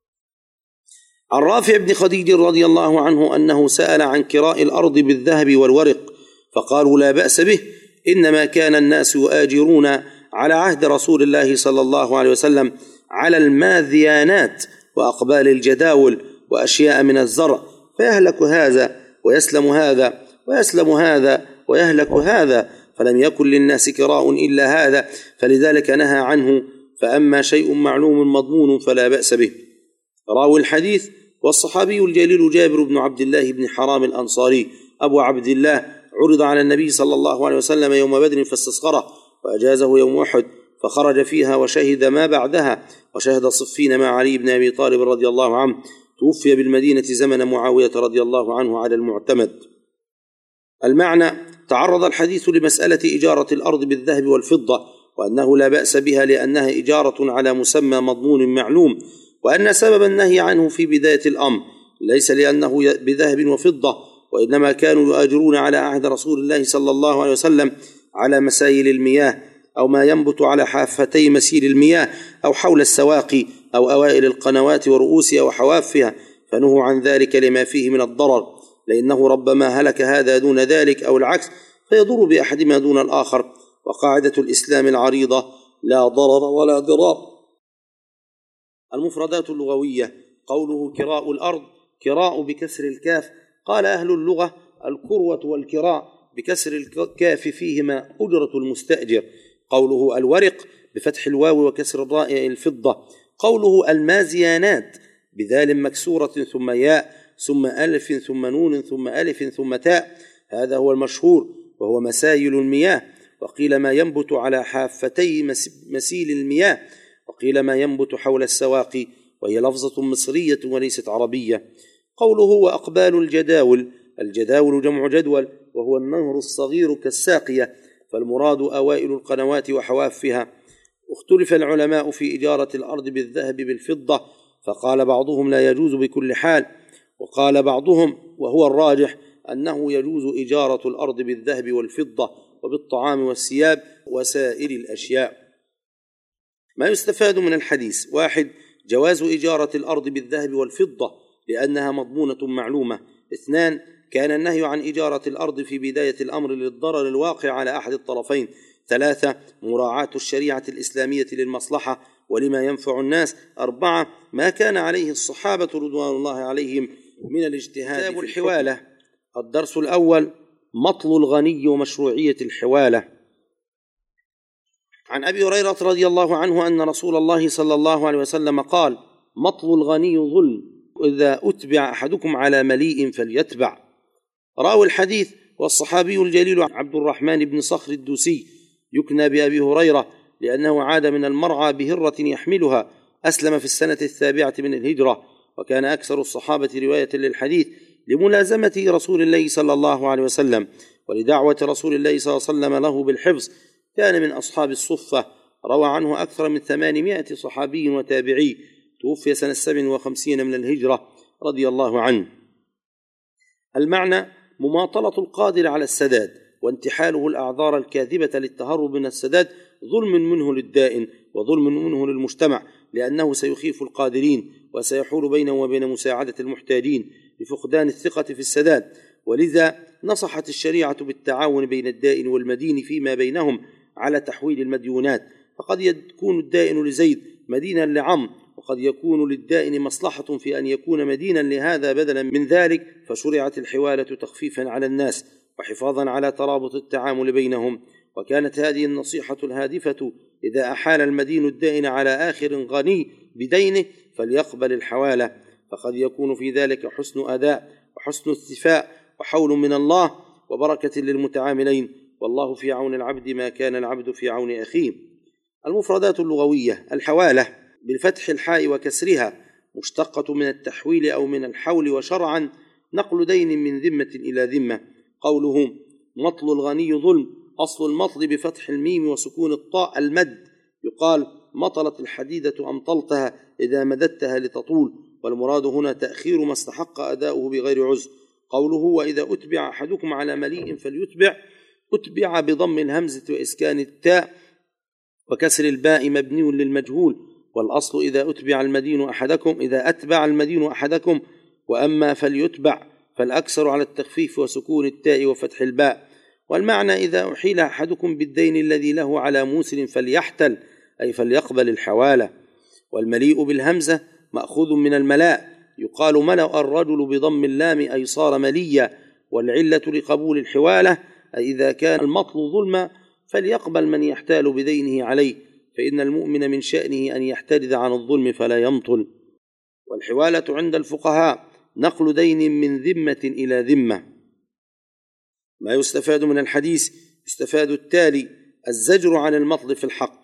عن رافع بن خديج رضي الله عنه أنه سأل عن كراء الأرض بالذهب والورق، فقالوا لا بأس به، إنما كان الناس يؤاجرون على عهد رسول الله صلى الله عليه وسلم على الماذيانات وأقبال الجداول وأشياء من الزرع، فيهلك هذا ويسلم هذا ويسلم هذا ويهلك هذا، فلم يكن للناس كراء إلا هذا، فلذلك نهى عنه. فأما شيء معلوم مضمون فلا بأس به. راوي الحديث: والصحابي الجليل جابر بن عبد الله بن حرام الأنصاري أبو عبد الله، عرض على النبي صلى الله عليه وسلم يوم بدر فاستصغره، وأجازه يوم أحد فخرج فيها وشهد ما بعدها، وشهد صفين مع علي بن أبي طالب رضي الله عنه. توفي بالمدينة زمن معاوية رضي الله عنه على المعتمد. المعنى: تعرض الحديث لمسألة إجارة الأرض بالذهب والفضة، وأنه لا بأس بها لأنها إجارة على مسمى مضمون معلوم، وأن سبب النهي عنه في بداية الأمر ليس لأنه بذهب وفضة، وإنما كانوا يؤاجرون على عهد رسول الله صلى الله عليه وسلم على مسايل المياه، أو ما ينبت على حافتي مسيل المياه، أو حول السواقي، أو أوائل القنوات ورؤوسها وحوافها، فنهوا عن ذلك لما فيه من الضرر، لأنه ربما هلك هذا دون ذلك أو العكس، فيضر بأحدهما دون الآخر. وقاعدة الإسلام العريضة: لا ضرر ولا ضرار. المفردات اللغوية. قوله كراء الأرض، كراء بكسر الكاف. قال أهل اللغة: الكروة والكراء بكسر الكاف فيهما أجرة المستأجر. قوله الورق بفتح الواو وكسر الراء الفضة. قوله المازيانات بذال مكسورة ثم ياء ثم ألف ثم نون ثم ألف ثم تاء، هذا هو المشهور، وهو مسايل المياه. وقيل ما ينبت على حافتي مسيل المياه، وقيل ما ينبت حول السواقي، وهي لفظة مصرية وليست عربية. قوله وأقبال الجداول، الجداول جمع جدول، وهو النهر الصغير كالساقية، فالمراد أوائل القنوات وحوافها. اختلف العلماء في إجارة الأرض بالذهب بالفضة، فقال بعضهم لا يجوز بكل حال، وقال بعضهم وهو الراجح أنه يجوز إجارة الأرض بالذهب والفضة وبالطعام والثياب وسائر الأشياء. ما يستفاد من الحديث: 1. جواز إجارة الأرض بالذهب والفضة لأنها مضمونة معلومة. 2. كان النهي عن إجارة الأرض في بداية الأمر للضرر الواقع على أحد الطرفين. 3. مراعاة الشريعة الإسلامية للمصلحة ولما ينفع الناس. 4. ما كان عليه الصحابة رضوان الله عليهم من الاجتهاد في الحوالة. الدرس الأول: مطل الغني ومشروعية الحوالة. عن أبي هريرة رضي الله عنه أن رسول الله صلى الله عليه وسلم قال: مطل الغني ظلم، إذا أتبع أحدكم على مليء فليتبع. راوي الحديث: والصحابي الجليل عبد الرحمن بن صخر الدوسي، يكنى بأبي هريرة لأنه عاد من المرعى بهرة يحملها، أسلم في السنة 7 من الهجرة، وكان أكثر الصحابة رواية للحديث لملازمة رسول الله صلى الله عليه وسلم ولدعوة رسول الله صلى الله عليه وسلم له بالحفظ. كان من أصحاب الصفة، روى عنه أكثر من 800 صحابي وتابعي، توفي سنة 57 من الهجرة رضي الله عنه. المعنى مماطلة القادر على السداد وانتحاله الأعذار الكاذبة للتهرب من السداد ظلم منه للدائن وظلم منه للمجتمع، لأنه سيخيف القادرين وسيحول بينه وبين مساعدة المحتاجين لفقدان الثقة في السداد. ولذا نصحت الشريعة بالتعاون بين الدائن والمدين فيما بينهم على تحويل المديونات، فقد يكون الدائن لزيد مدينا لعمرو، وقد يكون للدائن مصلحة في أن يكون مدينا لهذا بدلا من ذلك، فشرعت الحوالة تخفيفا على الناس وحفاظا على ترابط التعامل بينهم. وكانت هذه النصيحة الهادفة إذا أحال المدين الدائن على آخر غني بدينه فليقبل الحوالة، فقد يكون في ذلك حسن أداء وحسن اتفاء وحول من الله وبركة للمتعاملين، والله في عون العبد ما كان العبد في عون أخيه. المفردات اللغوية: الحوالة بفتح الحاء وكسرها مشتقة من التحويل أو من الحول، وشرعا نقل دين من ذمة إلى ذمة. قوله مطل الغني ظلم، أصل المطل بفتح الميم وسكون الطاء المد، يقال مطلت الحديدة أمطلتها إذا مددتها لتطول، والمراد هنا تأخير ما استحق أداؤه بغير عذر. قوله وإذا أتبع أحدكم على مليء فليتبع، أتبع بضم الهمزة وإسكان التاء وكسر الباء مبني للمجهول، والأصل إذا أتبع المدين أحدكم، وأما فليتبع فالأكثر على التخفيف وسكون التاء وفتح الباء. والمعنى إذا أحيل أحدكم بالدين الذي له على موسر فليحتل، أي فليقبل الحوالة. والمليء بالهمزة مأخوذ من الملاء، يقال ملأ الرجل بضم اللام أي صار مليا. والعلة لقبول الحوالة أي إذا كان المطل ظلما فليقبل من يحتال بدينه عليه، فإن المؤمن من شأنه أن يحترز عن الظلم فلا يمطل. والحوالة عند الفقهاء نقل دين من ذمة إلى ذمة. ما يستفاد من الحديث: يستفاد التالي: الزجر عن المطل في الحق.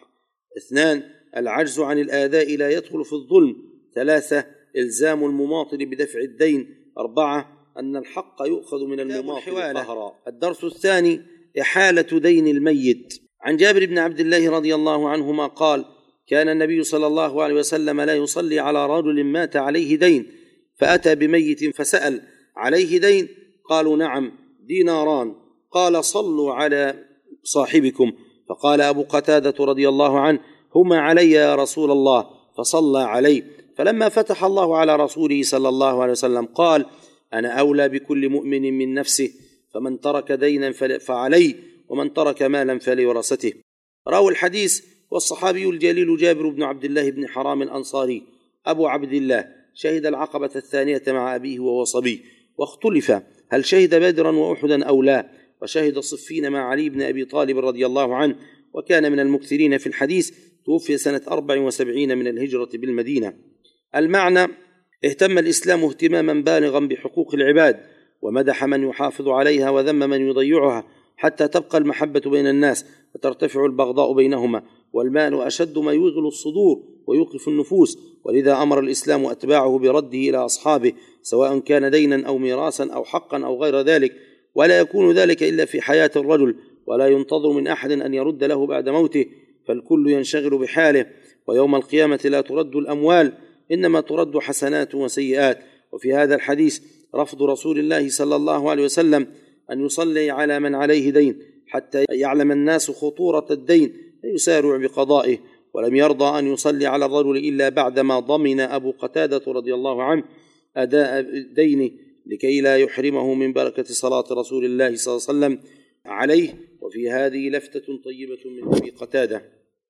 2. العجز عن الآداء لا يدخل في الظلم. 3. إلزام المماطل بدفع الدين. 4. أن الحق يؤخذ من المماطل قهرا. الدرس الثاني: إحالة دين الميت. عن جابر بن عبد الله رضي الله عنهما قال: كان النبي صلى الله عليه وسلم لا يصلي على رجل مات عليه دين، فأتى بميت فسأل: عليه دين؟ قالوا: نعم، ديناران. قال: صلوا على صاحبكم. فقال أبو قتادة رضي الله عنه: هما علي يا رسول الله، فصلى عليه. فلما فتح الله على رسوله صلى الله عليه وسلم قال: أنا أولى بكل مؤمن من نفسه، فمن ترك دينا فعليه، ومن ترك مالا فلورثته. راوي الحديث والصحابي الجليل جابر بن عبد الله بن حرام الأنصاري أبو عبد الله، شهد العقبة الثانية مع أبيه وهو صبي، واختلف هل شهد بدرا وأحدا أو لا، وشهد صفين مع علي بن أبي طالب رضي الله عنه، وكان من المكثرين في الحديث. توفي سنة 74 من الهجرة بالمدينة. المعنى: اهتم الإسلام اهتماما بالغا بحقوق العباد، ومدح من يحافظ عليها وذم من يضيعها، حتى تبقى المحبة بين الناس وترتفع البغضاء بينهما. والمال أشد ما يوغل الصدور ويوقف النفوس، ولذا أمر الإسلام أتباعه برده إلى أصحابه، سواء كان دينا أو ميراثا أو حقا أو غير ذلك، ولا يكون ذلك إلا في حياة الرجل، ولا ينتظر من أحد أن يرد له بعد موته، فالكل ينشغل بحاله. ويوم القيامة لا ترد الأموال، إنما ترد حسنات وسيئات. وفي هذا الحديث رفض رسول الله صلى الله عليه وسلم أن يصلي على من عليه دين حتى يعلم الناس خطورة الدين فيسارع بقضائه، ولم يرضى أن يصلي على الرجل إلا بعدما ضمن أبو قتادة رضي الله عنه أداء دينه، لكي لا يحرمه من بركة صلاة رسول الله صلى الله عليه وسلم عليه. وفي هذه لفتة طيبة من أبي قتادة.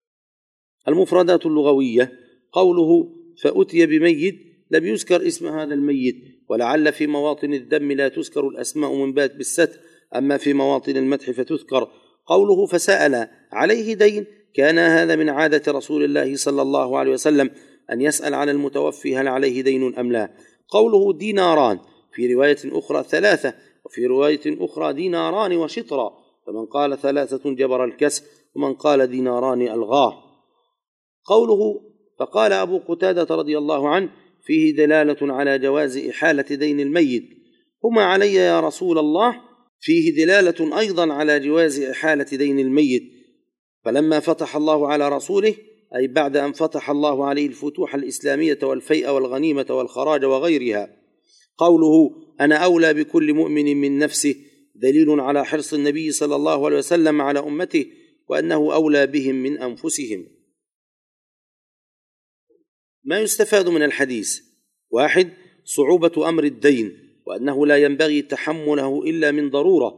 المفردات اللغوية: قوله فأتي بميت لم يذكر اسم هذا الميت، ولعل في مواطن الذم لا تذكر الأسماء من باب بالستر، أما في مواطن المدح فتذكر. قوله فسأل عليه دين، كان هذا من عادة رسول الله صلى الله عليه وسلم أن يسأل عن المتوفي هل عليه دين أم لا. قوله ديناران، في رواية أخرى 3، وفي رواية أخرى ديناران وشطرا، فمن قال 3 جبر الكسر، ومن قال ديناران ألغاه. قوله فقال أبو قتادة رضي الله عنه، فيه دلالة على جواز إحالة دين الميت. هما علي يا رسول الله، فيه دلالة أيضا على جواز إحالة دين الميت. فلما فتح الله على رسوله، أي بعد أن فتح الله عليه الفتوح الإسلامية والفيء والغنيمة والخراج وغيرها. قوله أنا أولى بكل مؤمن من نفسه، دليل على حرص النبي صلى الله عليه وسلم على أمته وأنه أولى بهم من أنفسهم. ما يستفاد من الحديث: 1. صعوبة أمر الدين وأنه لا ينبغي تحمله إلا من ضرورة.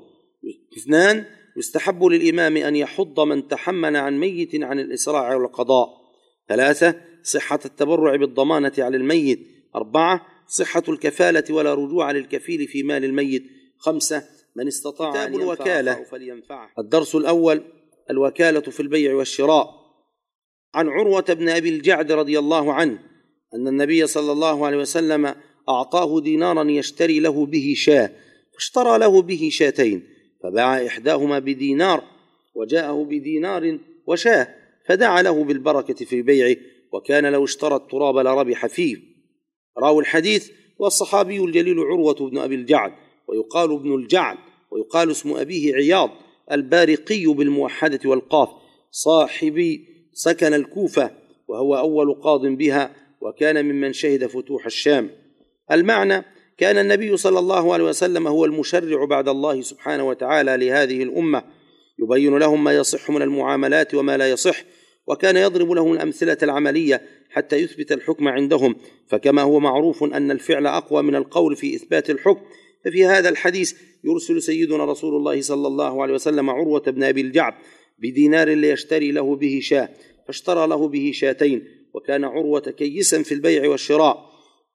2. يستحب للإمام أن يحض من تحمل عن ميت عن الإسراع والقضاء. 3. صحة التبرع بالضمانة على الميت. 4. صحة الكفالة ولا رجوع للكفيل في مال الميت. 5. من استطاع أن ينفعه فلينفعه. الدرس الأول: الوكالة في البيع والشراء. عن عروة بن أبي الجعد رضي الله عنه أن النبي صلى الله عليه وسلم أعطاه دينارا يشتري له به شاة، فاشترى له به شاتين، فباع إحداهما بدينار وجاءه بدينار وشاة، فدعا له بالبركة في بيعه، وكان لو اشترى التراب لربح فيه. راوي الحديث والصحابي الجليل عروة بن أبي الجعد، ويقال ابن الجعد، ويقال اسم أبيه عياض البارقي بالموحدة والقاف، صاحب سكن الكوفة، وهو أول قاض بها، وكان ممن شهد فتوح الشام. المعنى: كان النبي صلى الله عليه وسلم هو المشرع بعد الله سبحانه وتعالى لهذه الأمة، يبين لهم ما يصح من المعاملات وما لا يصح، وكان يضرب لهم الأمثلة العملية حتى يثبت الحكم عندهم. فكما هو معروف أن الفعل أقوى من القول في إثبات الحكم، ففي هذا الحديث يرسل سيدنا رسول الله صلى الله عليه وسلم عروة بن أبي الجعد بدينار ليشتري له به شاة، فاشترى له به شاتين، وكان عروة كيسا في البيع والشراء،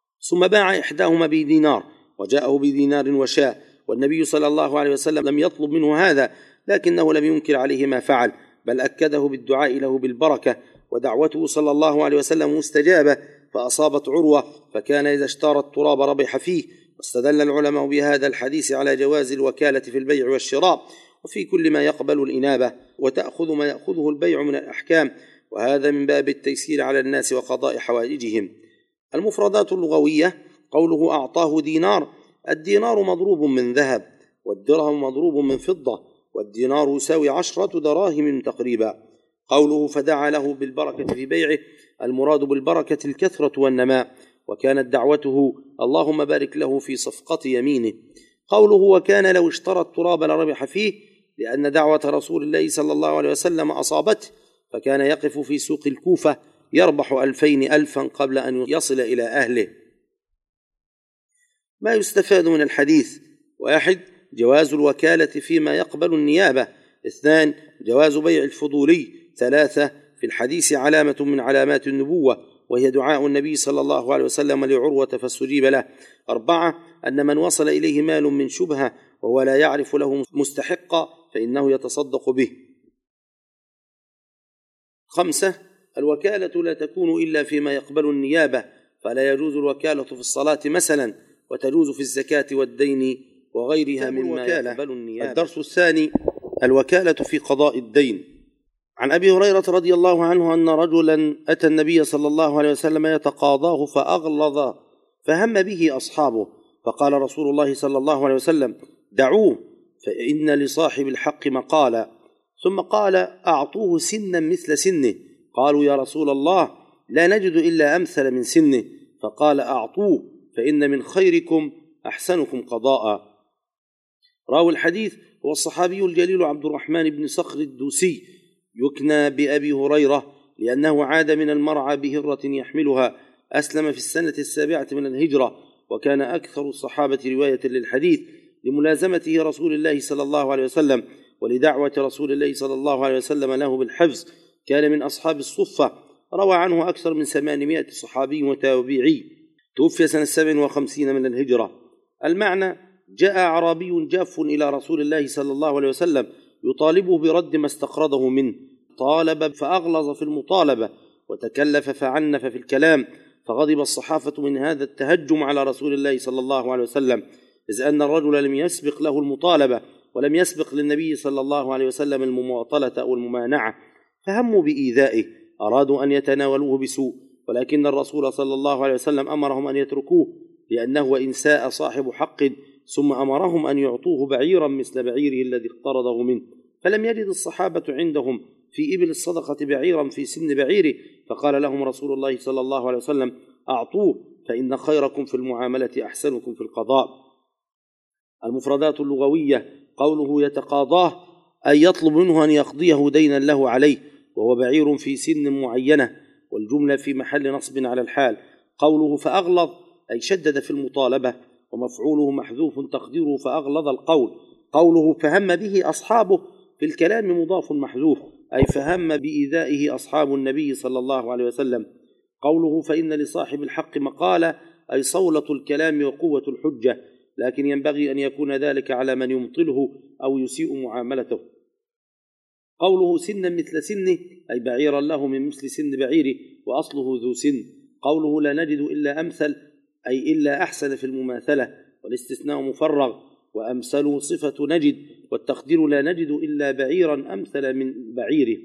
ثم باع إحداهما بدينار وجاءه بدينار وشاة، والنبي صلى الله عليه وسلم لم يطلب منه هذا، لكنه لم ينكر عليه ما فعل، بل أكده بالدعاء له بالبركة، ودعوته صلى الله عليه وسلم مستجابة، فأصابت عروة، فكان إذا اشترى التراب ربح فيه. واستدل العلماء بهذا الحديث على جواز الوكالة في البيع والشراء وفي كل ما يقبل الإنابة، وتأخذ ما يأخذه البيع من الأحكام، وهذا من باب التيسير على الناس وقضاء حوائجهم. المفردات اللغوية: قوله أعطاه دينار، الدينار مضروب من ذهب، والدرهم مضروب من فضة، والدينار يساوي 10 دراهم تقريبا. قوله فدعا له بالبركة في بيعه، المراد بالبركة الكثرة والنماء، وكانت دعوته اللهم بارك له في صفقة يمينه. قوله وكان لو اشترى التراب لربح فيه، لأن دعوة رسول الله صلى الله عليه وسلم أصابته، فكان يقف في سوق الكوفة يربح 2000 ألفا قبل أن يصل إلى أهله. ما يستفاد من الحديث: 1. جواز الوكالة فيما يقبل النيابة. 2. جواز بيع الفضولي. 3. في الحديث علامة من علامات النبوة، وهي دعاء النبي صلى الله عليه وسلم لعروة فاستجيب له. 4. أن من وصل إليه مال من شبهة وهو لا يعرف له مستحقا فإنه يتصدق به. 5. الوكالة لا تكون إلا فيما يقبل النيابة، فلا يجوز الوكالة في الصلاة مثلا، وتجوز في الزكاة والدين وغيرها مما يقبل النيابة. الدرس الثاني: الوكالة في قضاء الدين. عن أبي هريرة رضي الله عنه أن رجلا أتى النبي صلى الله عليه وسلم يتقاضاه فأغلظ، فهم به أصحابه، فقال رسول الله صلى الله عليه وسلم: دعوه فإن لصاحب الحق مقالا. ثم قال: أعطوه سنا مثل سنه. قالوا: يا رسول الله لا نجد إلا أمثل من سنه. فقال: أعطوه فإن من خيركم أحسنكم قضاء. راوي الحديث هو الصحابي الجليل عبد الرحمن بن صخر الدوسي، يكنى بأبي هريرة لأنه عاد من المرعى بهرة يحملها، أسلم في السنة 7 من الهجرة، وكان أكثر الصحابة رواية للحديث لملازمته رسول الله صلى الله عليه وسلم ولدعوة رسول الله صلى الله عليه وسلم له بالحفظ. كان من أصحاب الصفة، روى عنه أكثر من 800 صحابي وتابعي. توفي سنة 57 من الهجرة. المعنى: جاء أعرابي جاف إلى رسول الله صلى الله عليه وسلم يطالبه برد ما استقرضه منه، طالب فأغلظ في المطالبة وتكلف فعنف في الكلام، فغضب الصحابة من هذا التهجم على رسول الله صلى الله عليه وسلم، إذ أن الرجل لم يسبق له المطالبة ولم يسبق للنبي صلى الله عليه وسلم المماطلة أو الممانعة، فهموا بإيذائه، أرادوا أن يتناولوه بسوء، ولكن الرسول صلى الله عليه وسلم أمرهم أن يتركوه، لأنه وإن ساء صاحب حق، ثم أمرهم أن يعطوه بعيرا مثل بعيره الذي اقترضه منه، فلم يجد الصحابة عندهم في إبل الصدقة بعيرا في سن بعيره، فقال لهم رسول الله صلى الله عليه وسلم: أعطوه فإن خيركم في المعاملة أحسنكم في القضاء. المفردات اللغوية: قوله يتقاضاه أي يطلب منه أن يقضيه دينا له عليه، وهو بعير في سن معينة، والجملة في محل نصب على الحال. قوله فأغلظ أي شدد في المطالبة، ومفعوله محذوف تقديره فأغلظ القول. قوله فهم به أصحابه في الكلام مضاف محذوف، أي فهم بإيذائه أصحاب النبي صلى الله عليه وسلم. قوله فإن لصاحب الحق مقالة أي صولة الكلام وقوة الحجة، لكن ينبغي أن يكون ذلك على من يمطله أو يسيء معاملته. قوله سنا مثل سنه أي بعيرا له من مثل سن بعيره، وأصله ذو سن. قوله لا نجد إلا أمثل أي إلا أحسن في المماثلة، والاستثناء مفرغ، وأمثل صفة نجد، والتقدير لا نجد إلا بعيرا أمثل من بعيره.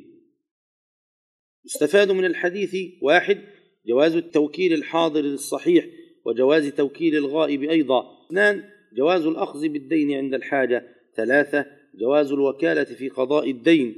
يستفاد من الحديث: 1. جواز التوكيل الحاضر للصحيح، وجواز توكيل الغائب أيضا. 2. جواز الأخذ بالدين عند الحاجة. 3. جواز الوكالة في قضاء الدين.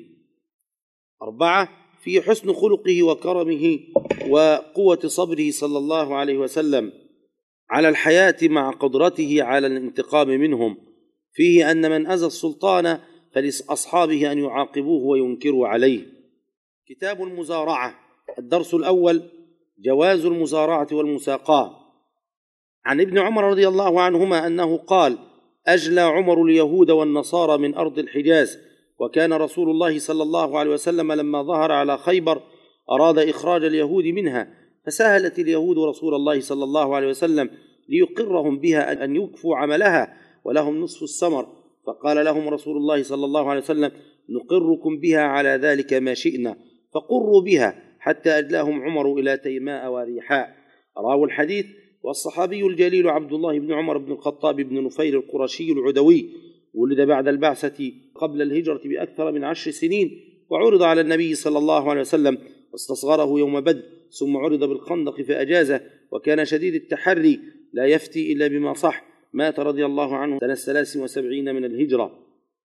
4. في حسن خلقه وكرمه وقوة صبره صلى الله عليه وسلم على الحياة مع قدرته على الانتقام منهم. فيه أن من أذى السلطان فلأصحابه أن يعاقبوه وينكروا عليه. كتاب المزارعة. الدرس الأول: جواز المزارعة والمساقاة. عن ابن عمر رضي الله عنهما أنه قال: أجلى عمر اليهود والنصارى من أرض الحجاز، وكان رسول الله صلى الله عليه وسلم لما ظهر على خيبر أراد إخراج اليهود منها، فسهلت اليهود رسول الله صلى الله عليه وسلم ليقرهم بها أن يكفوا عملها ولهم نصف الثمر، فقال لهم رسول الله صلى الله عليه وسلم: نقركم بها على ذلك ما شئنا، فقروا بها حتى أجلاهم عمر إلى تيماء وريحاء. رواه الحديث والصحابي الجليل عبد الله بن عمر بن الخطاب بن نفيل القرشي العدوي، ولد بعد البعثة قبل الهجرة بأكثر من 10 سنين، وعرض على النبي صلى الله عليه وسلم واستصغره يوم بدر، ثم عرض بالخندق فأجازه، وكان شديد التحري لا يفتي إلا بما صح. مات رضي الله عنه سنة 73 من الهجرة.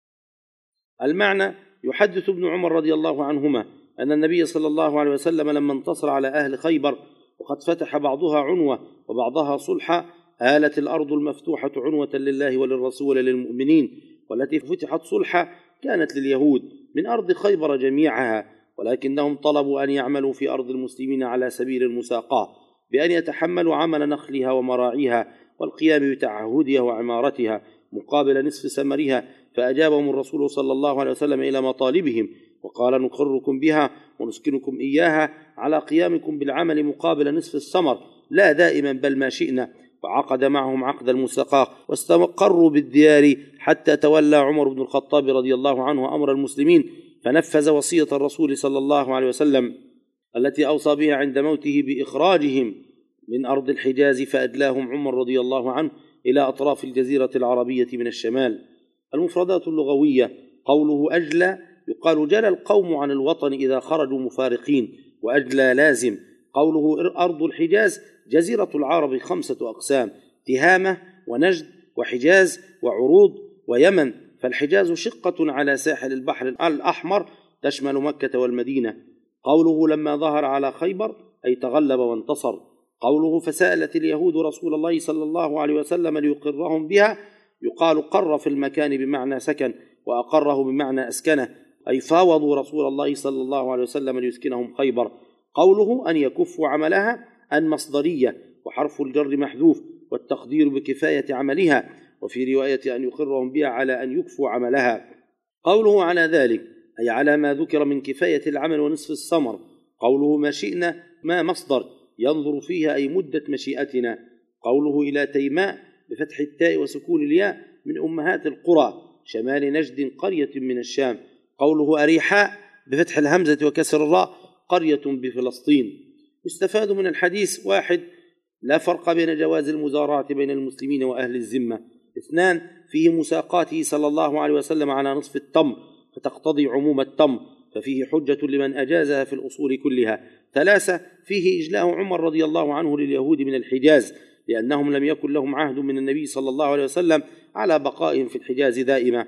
المعنى: يحدث ابن عمر رضي الله عنهما أن النبي صلى الله عليه وسلم لما انتصر على أهل خيبر، وقد فتح بعضها عنوة وبعضها صلحا، آلت الأرض المفتوحة عنوة لله وللرسول للمؤمنين، والتي فتحت صلحا كانت لليهود من أرض خيبر جميعها، ولكنهم طلبوا أن يعملوا في أرض المسلمين على سبيل المساقاة، بأن يتحملوا عمل نخلها ومراعيها والقيام بتعهدها وعمارتها مقابل نصف ثمرها، فأجابهم الرسول صلى الله عليه وسلم إلى مطالبهم، وقال: نقركم بها ونسكنكم إياها على قيامكم بالعمل مقابل نصف الثمر، لا دائما بل ما شئنا. وعقد معهم عقد المساقاة، واستقروا بالديار حتى تولى عمر بن الخطاب رضي الله عنه أمر المسلمين، فنفذ وصية الرسول صلى الله عليه وسلم التي أوصى بها عند موته بإخراجهم من أرض الحجاز، فأدلاهم عمر رضي الله عنه إلى أطراف الجزيرة العربية من الشمال. المفردات اللغوية: قوله أجلى يقال جلى القوم عن الوطن إذا خرجوا مفارقين، وأجلى لازم. قوله أرض الحجاز جزيرة العرب 5 أقسام: تهامة ونجد وحجاز وعروض ويمن، فالحجاز شقة على ساحل البحر الأحمر تشمل مكة والمدينة. قوله لما ظهر على خيبر أي تغلب وانتصر. قوله فسألت اليهود رسول الله صلى الله عليه وسلم ليقرهم بها، يقال قر في المكان بمعنى سكن، وأقره بمعنى أسكنه، أي فاوضوا رسول الله صلى الله عليه وسلم ليسكنهم خيبر. قوله أن يكفوا عملها أن مصدرية، وحرف الجر محذوف، والتقدير بكفاية عملها، وفي رواية أن يقرهم بها على أن يكفوا عملها. قوله على ذلك أي على ما ذكر من كفاية العمل ونصف الثمر. قوله ما شئنا ما مصدر ينظر فيها أي مدة مشيئتنا. قوله إلى تيماء بفتح التاء وسكون الياء من أمهات القرى شمال نجد قرية من الشام. قوله أريحاء بفتح الهمزة وكسر الراء قرية بفلسطين. يستفاد من الحديث: 1. لا فرق بين جواز المزارعة بين المسلمين وأهل الذمة. 2. فيه مساقاته صلى الله عليه وسلم على نصف التمر، فتقتضي عموم التمر، ففيه حجة لمن أجازها في الأصول كلها. 3. فيه إجلاء عمر رضي الله عنه لليهود من الحجاز، لأنهم لم يكن لهم عهد من النبي صلى الله عليه وسلم على بقائهم في الحجاز دائما.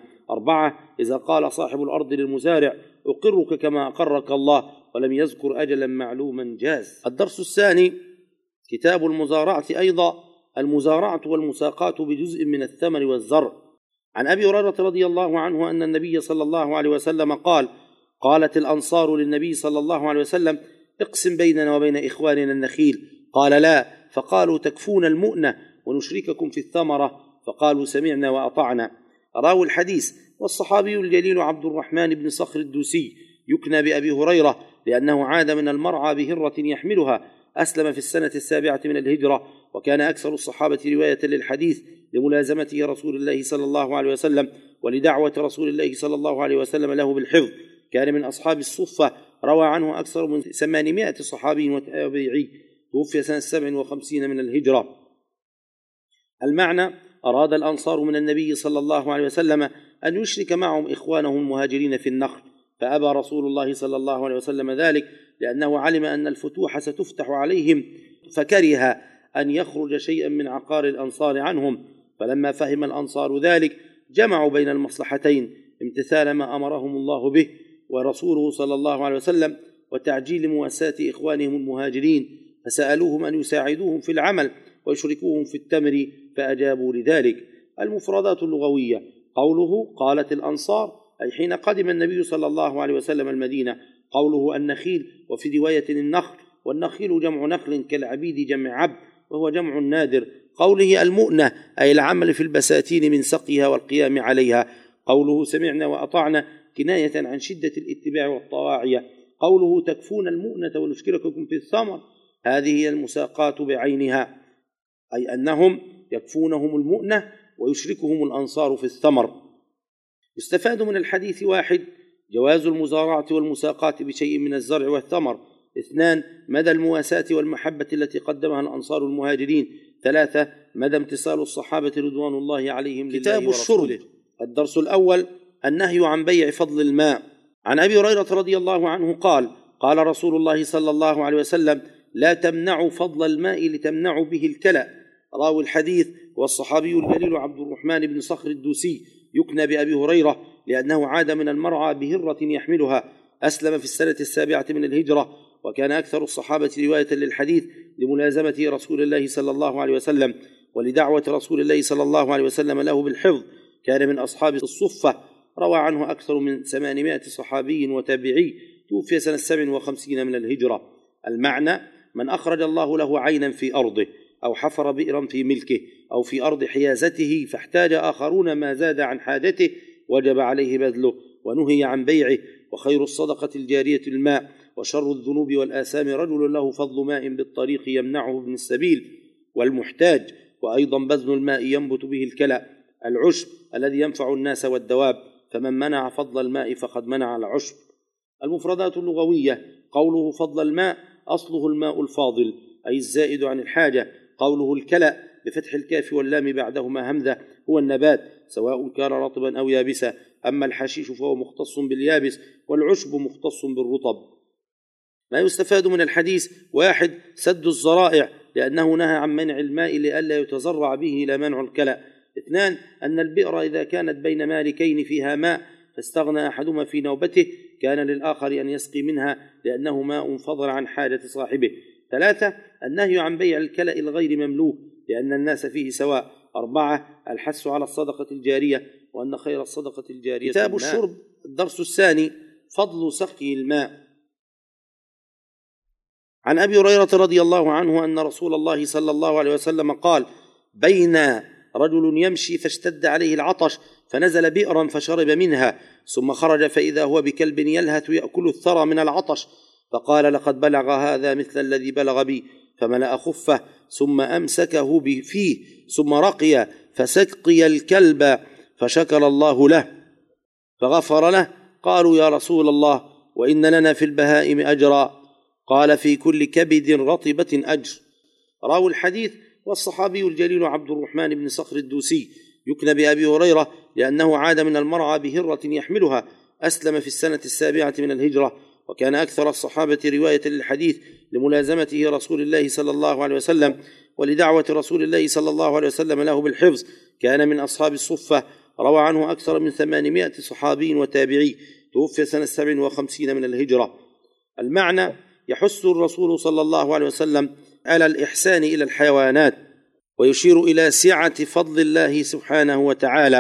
4. إذا قال صاحب الأرض للمزارع: أقرك كما أقرك الله، ولم يذكر أجلا معلوما جاز. الدرس الثاني: كتاب المزارعة أيضا. المزارعة والمساقاة بجزء من الثمر والزرع. عن أبي هريرة رضي الله عنه أن النبي صلى الله عليه وسلم قال: قالت الأنصار للنبي صلى الله عليه وسلم: اقسم بيننا وبين إخواننا النخيل. قال: لا. فقالوا: تكفون المؤنة ونشرككم في الثمرة. فقالوا: سمعنا وأطعنا. راوي الحديث والصحابي الجليل عبد الرحمن بن صخر الدوسي، يكنى بأبي هريرة لأنه عاد من المرعى بهرة يحملها، أسلم في السنة 7 من الهجرة، وكان أكثر الصحابة رواية للحديث لملازمته رسول الله صلى الله عليه وسلم ولدعوة رسول الله صلى الله عليه وسلم له بالحفظ. كان من أصحاب الصفة، روى عنه أكثر من 800 صحابي وتابعي، توفي سنة 57 من الهجرة. المعنى: أراد الأنصار من النبي صلى الله عليه وسلم أن يشرك معهم إخوانهم المهاجرين في النخل، فأبى رسول الله صلى الله عليه وسلم ذلك، لأنه علم أن الفتوح ستفتح عليهم، فكره أن يخرج شيئا من عقار الأنصار عنهم. فلما فهم الأنصار ذلك جمعوا بين المصلحتين: امتثال ما أمرهم الله به ورسوله صلى الله عليه وسلم، وتعجيل مواساة إخوانهم المهاجرين، فسألوهم أن يساعدوهم في العمل ويشركوهم في التمر، فأجابوا لذلك. المفردات اللغوية: قوله قالت الأنصار أي حين قدم النبي صلى الله عليه وسلم المدينة. قوله النخيل، وفي رواية النخل، والنخيل جمع نخل كالعبيد جمع عبد، وهو جمع نادر. قوله المؤنة أي العمل في البساتين من سقيها والقيام عليها. قوله سمعنا وأطعنا كناية عن شدة الاتباع والطواعية. قوله تكفون المؤنة ونشكركم في الثمر، هذه هي المساقات بعينها، أي أنهم يكفونهم المؤنة ويشركهم الأنصار في الثمر. يستفاد من الحديث: 1. جواز المزارعة والمساقات بشيء من الزرع والثمر. 2. مدى المواساة والمحبة التي قدمها الأنصار المهاجرين. 3. مدى امتثال الصحابة رضوان الله عليهم لله ورسوله. الدرس الأول: النهي عن بيع فضل الماء. عن أبي هريرة رضي الله عنه قال: قال رسول الله صلى الله عليه وسلم: لا تمنعوا فضل الماء لتمنعوا به الكلأ. راوي الحديث والصحابي الجليل عبد الرحمن بن صخر الدوسي، يكنى بأبي هريرة لأنه عاد من المرعى بهرة يحملها، أسلم في السنة 7 من الهجرة، وكان أكثر الصحابة رواية للحديث لملازمة رسول الله صلى الله عليه وسلم ولدعوة رسول الله صلى الله عليه وسلم له بالحفظ. كان من أصحاب الصفة، روى عنه أكثر من 800 صحابي وتابعي، توفي سنة 57 من الهجرة. المعنى: من أخرج الله له عينا في أرضه، أو حفر بئرا في ملكه، أو في أرض حيازته، فاحتاج آخرون ما زاد عن حاجته، وجب عليه بذله ونهي عن بيعه. وخير الصدقة الجارية الماء، وشر الذنوب والآثام رجل له فضل ماء بالطريق يمنعه ابن السبيل والمحتاج. وأيضا بذل الماء ينبت به الكلأ، العشب الذي ينفع الناس والدواب، فمن منع فضل الماء فقد منع العشب. المفردات اللغوية: قوله فضل الماء أصله الماء الفاضل أي الزائد عن الحاجة. قوله الكلأ بفتح الكاف واللام بعدهما همزة هو النبات، سواء كان رطبا أو يابسا، أما الحشيش فهو مختص باليابس، والعشب مختص بالرطب. ما يستفاد من الحديث: 1. سد الذرائع، لأنه نهى عن منع الماء لئلا يتزرع به إلى منع الكلأ. 2. أن البئر إذا كانت بين مالكين فيها ماء فاستغنى أحدهما في نوبته كان للآخر أن يسقي منها، لأنه ماء فضل عن حاجة صاحبه. 3. النهي عن بيع الكلأ الغير مملوك، لأن الناس فيه سواء. 4. الحث على الصدقة الجارية، وأن خير الصدقة الجارية كتاب الشرب. الدرس الثاني: فضل سقي الماء. عن أبي هريرة رضي الله عنه أن رسول الله صلى الله عليه وسلم قال: بين رجل يمشي فاشتد عليه العطش فنزل بئرا فشرب منها، ثم خرج فإذا هو بكلب يلهث يأكل الثرى من العطش، فقال: لقد بلغ هذا مثل الذي بلغ بي، فملأ خفه ثم أمسكه فيه، ثم رقي فسقي الكلب فشكر الله له فغفر له. قالوا: يا رسول الله، وإن لنا في البهائم أجرا؟ قال: في كل كبد رطبة أجر. راوي الحديث والصحابي الجليل عبد الرحمن بن صخر الدوسي، يكنى بأبي هريرة لأنه عاد من المرعى بهرة يحملها، أسلم في السنة 7 من الهجرة، وكان أكثر الصحابة رواية للحديث لملازمته رسول الله صلى الله عليه وسلم ولدعوة رسول الله صلى الله عليه وسلم له بالحفظ. كان من أصحاب الصفة، روى عنه أكثر من 800 صحابي وتابعي، توفي سنة 57 من الهجرة. المعنى: يحث الرسول صلى الله عليه وسلم على الإحسان إلى الحيوانات، ويشير إلى سعة فضل الله سبحانه وتعالى.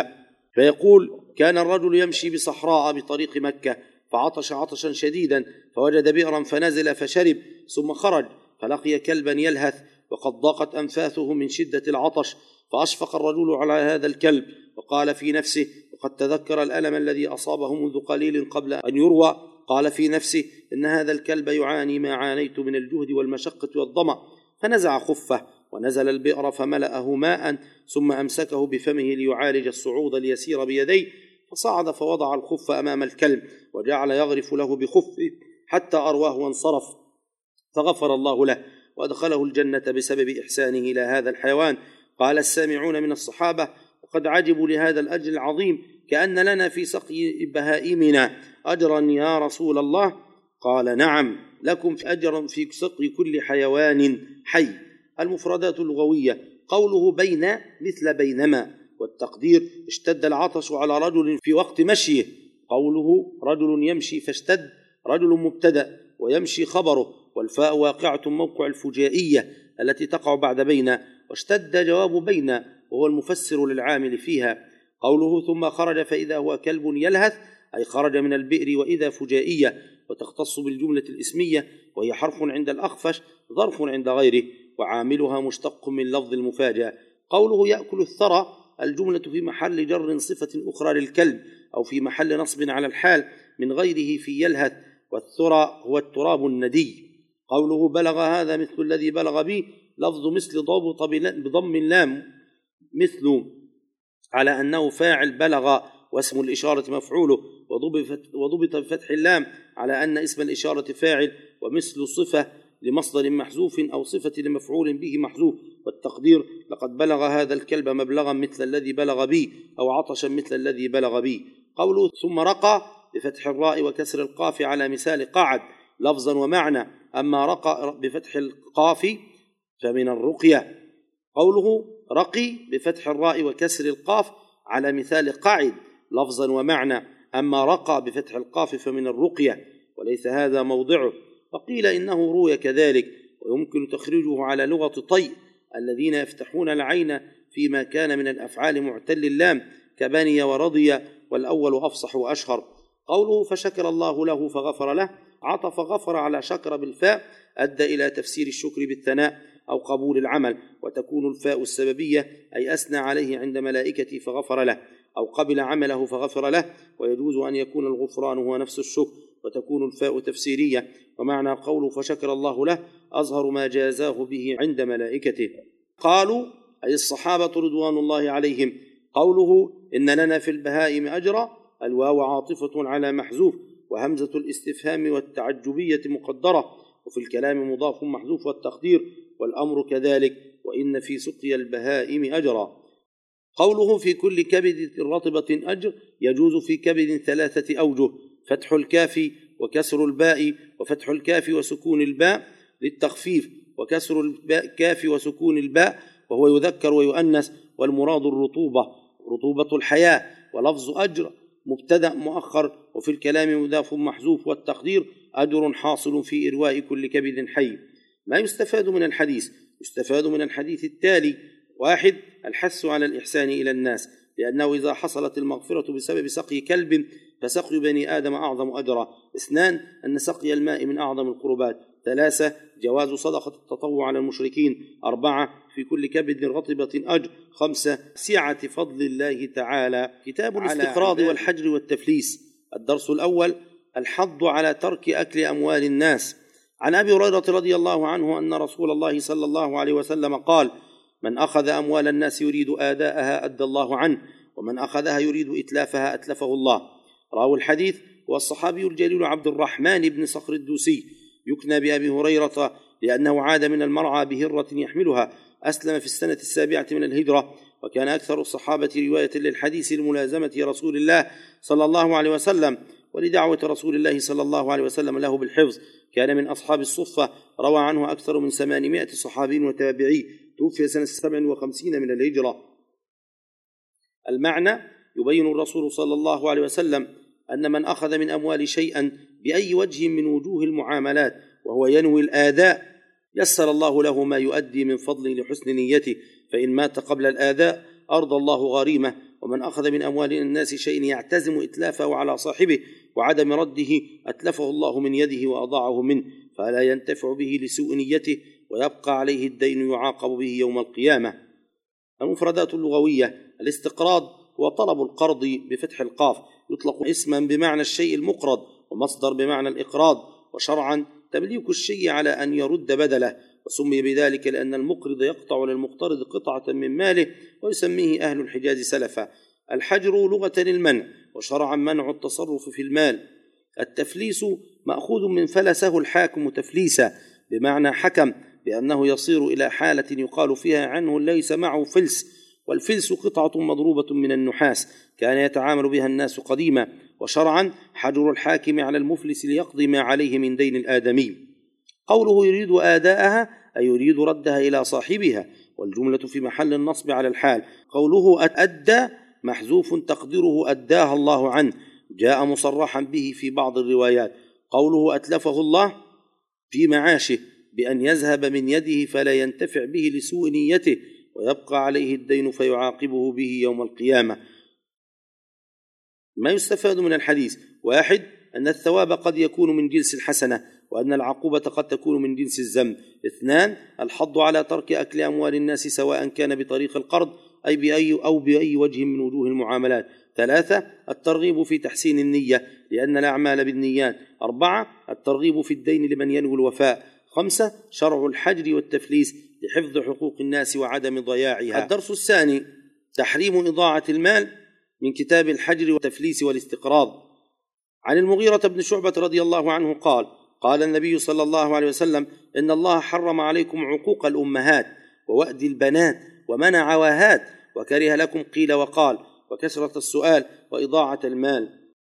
فيقول: كان الرجل يمشي بصحراء بطريق مكة فعطش عطشا شديدا فوجد بئرا فنزل فشرب، ثم خرج فلقي كلبا يلهث وقد ضاقت أنفاسه من شدة العطش، فأشفق الرجل على هذا الكلب وقال في نفسه، وقد تذكر الألم الذي أصابه منذ قليل قبل أن يروى، قال في نفسه: إن هذا الكلب يعاني ما عانيت من الجهد والمشقة والظمأ، فنزع خفه ونزل البئر فملأه ماء، ثم أمسكه بفمه ليعالج الصعود اليسير بيديه، فصعد فوضع الخف أمام الكلب وجعل يغرف له بخفه حتى أرواه وانصرف، فغفر الله له وأدخله الجنة بسبب إحسانه إلى هذا الحيوان. قال السامعون من الصحابة: وقد عجبوا لهذا الأجر العظيم، كأن لنا في سقي بهائمنا أجرا يا رسول الله؟ قال: نعم، لكم أجر في سقي كل حيوان حي. المفردات اللغوية: قوله بين مثل بينما، والتقدير: اشتد العطش على رجل في وقت مشيه. قوله رجل يمشي فاشتد، رجل مبتدأ ويمشي خبره، والفاء واقعة موقع الفجائية التي تقع بعد بين، واشتد جواب بين وهو المفسر للعامل فيها. قوله ثم خرج فإذا هو كلب يلهث، أي خرج من البئر، وإذا فجائية وتختص بالجملة الإسمية، وهي حرف عند الأخفش ظرف عند غيره، وعاملها مشتق من لفظ المفاجأة. قوله يأكل الثرى، الجملة في محل جر صفة أخرى للكلب، أو في محل نصب على الحال من غيره في يلهث، والثرى هو التراب الندي. قوله بلغ هذا مثل الذي بلغ به، لفظ مثل ضابط بضم اللام، مثل على أنه فاعل بلغ، واسم الإشارة مفعوله، وضبط بفتح اللام على أن اسم الإشارة فاعل، ومثل صفة لمصدر محذوف أو صفة لمفعول به محذوف، والتقدير لقد بلغ هذا الكلب مبلغا مثل الذي بلغ به، أو عطشا مثل الذي بلغ به. قوله ثم رقى بفتح الراء وكسر القاف على مثال قعد لفظا ومعنى، أما رقى بفتح القاف فمن الرقية. قوله رقي بفتح الراء وكسر القاف على مثال قعد لفظا ومعنى، أما رقى بفتح القاف فمن الرقية، وليس هذا موضعه. وقيل إنه روي كذلك، ويمكن تخريجه على لغة طي الذين يفتحون العين فيما كان من الأفعال معتل اللام كبني ورضي، والأول أفصح وأشهر. قوله فشكر الله له فغفر له، عطف غفر على شكر بالفاء أدى إلى تفسير الشكر بالثناء أو قبول العمل، وتكون الفاء السببية أي أثنى عليه عند ملائكته فغفر له، أو قبل عمله فغفر له، ويجوز أن يكون الغفران هو نفس الشكر، وتكون الفاء تفسيرية. ومعنى قوله فشكر الله له أظهر ما جازاه به عند ملائكته. قالوا أي الصحابة رضوان الله عليهم. قوله إن لنا في البهائم أجرا، الواو عاطفة على محذوف، وهمزة الاستفهام والتعجبية مقدرة، وفي الكلام مضاف محذوف، والتقدير والأمر كذلك، وإن في سقي البهائم أجرا. قوله في كل كبد رطبة أجر، يجوز في كبد 3 أوجه: فتح الكاف وكسر الباء، وفتح الكاف وسكون الباء للتخفيف، وكسر الكاف وسكون الباء وهو يذكر ويؤنث، والمراد الرطوبة، رطوبة الحياة. ولفظ أجر مبتدأ مؤخر، وفي الكلام مضاف محذوف، والتقدير أجر حاصل في إرواء كل كبد حي. ما يستفاد من الحديث؟ يستفاد من الحديث التالي: 1. الحث على الإحسان إلى الناس، لأنه إذا حصلت المغفرة بسبب سقي كلب فسقي بني آدم أعظم أجرا. 2. أن سقي الماء من أعظم القربات. 3. جواز صدقة التطوع على المشركين. 4. في كل كبد رطبة أجر. 5. سعة فضل الله تعالى. كتاب الاستقراض والحجر والتفليس. الدرس الأول: الحض على ترك أكل أموال الناس. عن أبي هريرة رضي الله عنه أن رسول الله صلى الله عليه وسلم قال: من أخذ أموال الناس يريد آداءها أدى الله عنه، ومن أخذها يريد إتلافها أتلفه الله. راوي الحديث هو الصحابي الجليل عبد الرحمن بن صخر الدوسي، يكنى بأبي هريرة لأنه عاد من المرعى بهرة يحملها. أسلم في السنة 7 من الهجرة، وكان أكثر الصحابة رواية للحديث لملازمة رسول الله صلى الله عليه وسلم ولدعوة رسول الله صلى الله عليه وسلم له بالحفظ. كان من أصحاب الصفة، روى عنه أكثر من 800 صحابي وتابعي، توفي سنة 57 من الهجرة. المعنى: يبين الرسول صلى الله عليه وسلم أن من أخذ من أموال شيئا بأي وجه من وجوه المعاملات وهو ينوي الآداء، يسر الله له ما يؤدي من فضل لحسن نيته، فإن مات قبل الآداء أرضى الله غريمه ومن أخذ من أموال الناس شيء يعتزم إتلافه على صاحبه وعدم رده أتلفه الله من يده وأضاعه منه، فلا ينتفع به لسوء نيته ويبقى عليه الدين يعاقب به يوم القيامة. المفردات اللغوية: الاستقراض هو طلب القرض بفتح القاف، يطلق اسما بمعنى الشيء المقرض ومصدر بمعنى الإقراض، وشرعا تمليك الشيء على أن يرد بدله، وسمي بذلك لأن المقرض يقطع للمقترض قطعة من ماله، ويسميه أهل الحجاز سلفا. الحجر لغة المنع، وشرعا منع التصرف في المال. التفليس مأخوذ من فلسه الحاكم تفليسا، بمعنى حكم بأنه يصير إلى حالة يقال فيها عنه ليس معه فلس، والفلس قطعة مضروبة من النحاس كان يتعامل بها الناس قديما. وشرعا حجر الحاكم على المفلس ليقضي ما عليه من دين الآدمي. قوله يريد آداءها أي يريد ردها إلى صاحبها، والجملة في محل النصب على الحال. قوله أدى محذوف تقديره أداها الله عنه، جاء مصرحا به في بعض الروايات. قوله أتلفه الله في معاشه بأن يذهب من يده فلا ينتفع به لسوء نيته ويبقى عليه الدين فيعاقبه به يوم القيامة. ما يستفاد من الحديث: 1. أن الثواب قد يكون من جنس الحسنة، وأن العقوبة قد تكون من جنس الذنب. 2. الحض على ترك أكل أموال الناس سواء كان بطريق القرض أي بأي وجه من وجوه المعاملات. 3. الترغيب في تحسين النية لأن الأعمال بالنيات. 4. الترغيب في الدين لمن ينوي الوفاء. 5. شرع الحجر والتفليس لحفظ حقوق الناس وعدم ضياعها. الدرس الثاني: تحريم إضاعة المال، من كتاب الحجر والتفليس والاستقراض. عن المغيرة بن شعبة رضي الله عنه قال: قال النبي صلى الله عليه وسلم: إن الله حرم عليكم عقوق الأمهات ووأد البنات ومنع واهات وكره لكم قيل وقال وكثرة السؤال وإضاعة المال.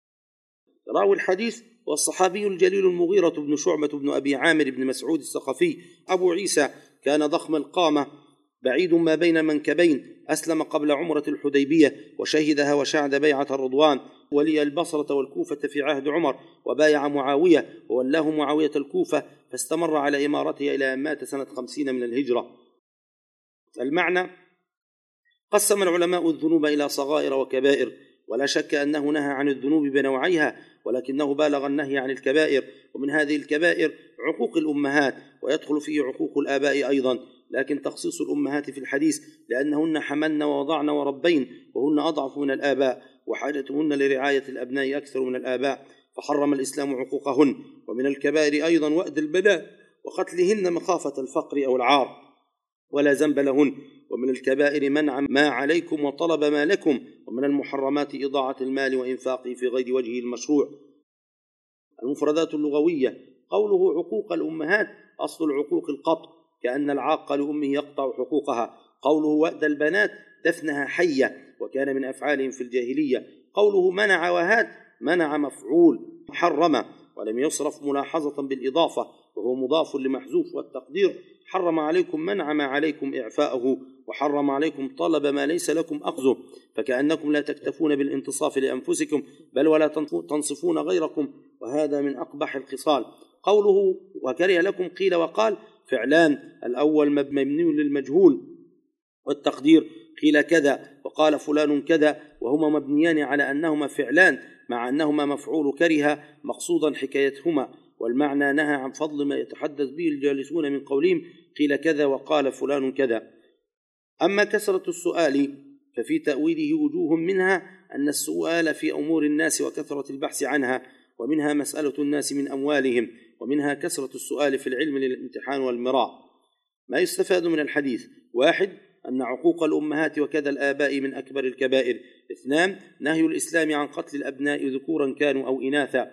راوي الحديث والصحابي الجليل المغيرة بن شعبة بن أبي عامر بن مسعود الثقفي أبو عيسى، كان ضخم القامة بعيد ما بين منكبين، أسلم قبل عمرة الحديبية وشهدها وشهد بيعة الرضوان، ولي البصرة والكوفة في عهد عمر، وبايع معاوية وولاه معاوية الكوفة، فاستمر على إمارته إلى أن مات سنة 50 من الهجرة. المعنى: قسم العلماء الذنوب إلى صغائر وكبائر، ولا شك أنه نهى عن الذنوب بنوعيها، ولكنه بالغ النهي عن الكبائر، ومن هذه الكبائر عقوق الأمهات، ويدخل فيه عقوق الآباء أيضا، لكن تخصيص الأمهات في الحديث لأنهن حملن ووضعن وربين، وهن أضعف من الآباء، وحاجتهن لرعاية الأبناء أكثر من الآباء، فحرم الإسلام عقوقهن. ومن الكبائر أيضا وأد البنات وقتلهن مخافة الفقر أو العار، ولا ذنب لهن. ومن الكبائر منع ما عليكم وطلب ما لكم. ومن المحرمات إضاعة المال وإنفاقه في غير وجهه المشروع. المفردات اللغوية: قوله عقوق الأمهات أصل العقوق القطع، كأن العاق لأمه يقطع حقوقها. قوله وأد البنات دفنها حية، وكان من أفعالهم في الجاهلية. قوله منع وهات منع مفعول حرم، ولم يصرف ملاحظة بالإضافة، وهو مضاف لمحذوف، والتقدير حرم عليكم منع ما عليكم إعفاءه، وحرم عليكم طلب ما ليس لكم أخذه، فكأنكم لا تكتفون بالانتصاف لأنفسكم بل ولا تنصفون غيركم، وهذا من أقبح الخصال. قوله وكره لكم قيل وقال فعلان، الأول مبني للمجهول، والتقدير قيل كذا وقال فلان كذا، وهما مبنيان على أنهما فعلان مع أنهما مفعول كره مقصودا حكايتهما، والمعنى نهى عن فضل ما يتحدث به الجالسون من قولهم قيل كذا وقال فلان كذا. أما كثرة السؤال ففي تأويله وجوه، منها أن السؤال في أمور الناس وكثرة البحث عنها، ومنها مسألة الناس من أموالهم، ومنها كثرة السؤال في العلم للامتحان والمراء. ما يستفاد من الحديث: 1. أن عقوق الأمهات وكذا الآباء من أكبر الكبائر. 2. نهي الإسلام عن قتل الأبناء ذكورا كانوا أو إناثا.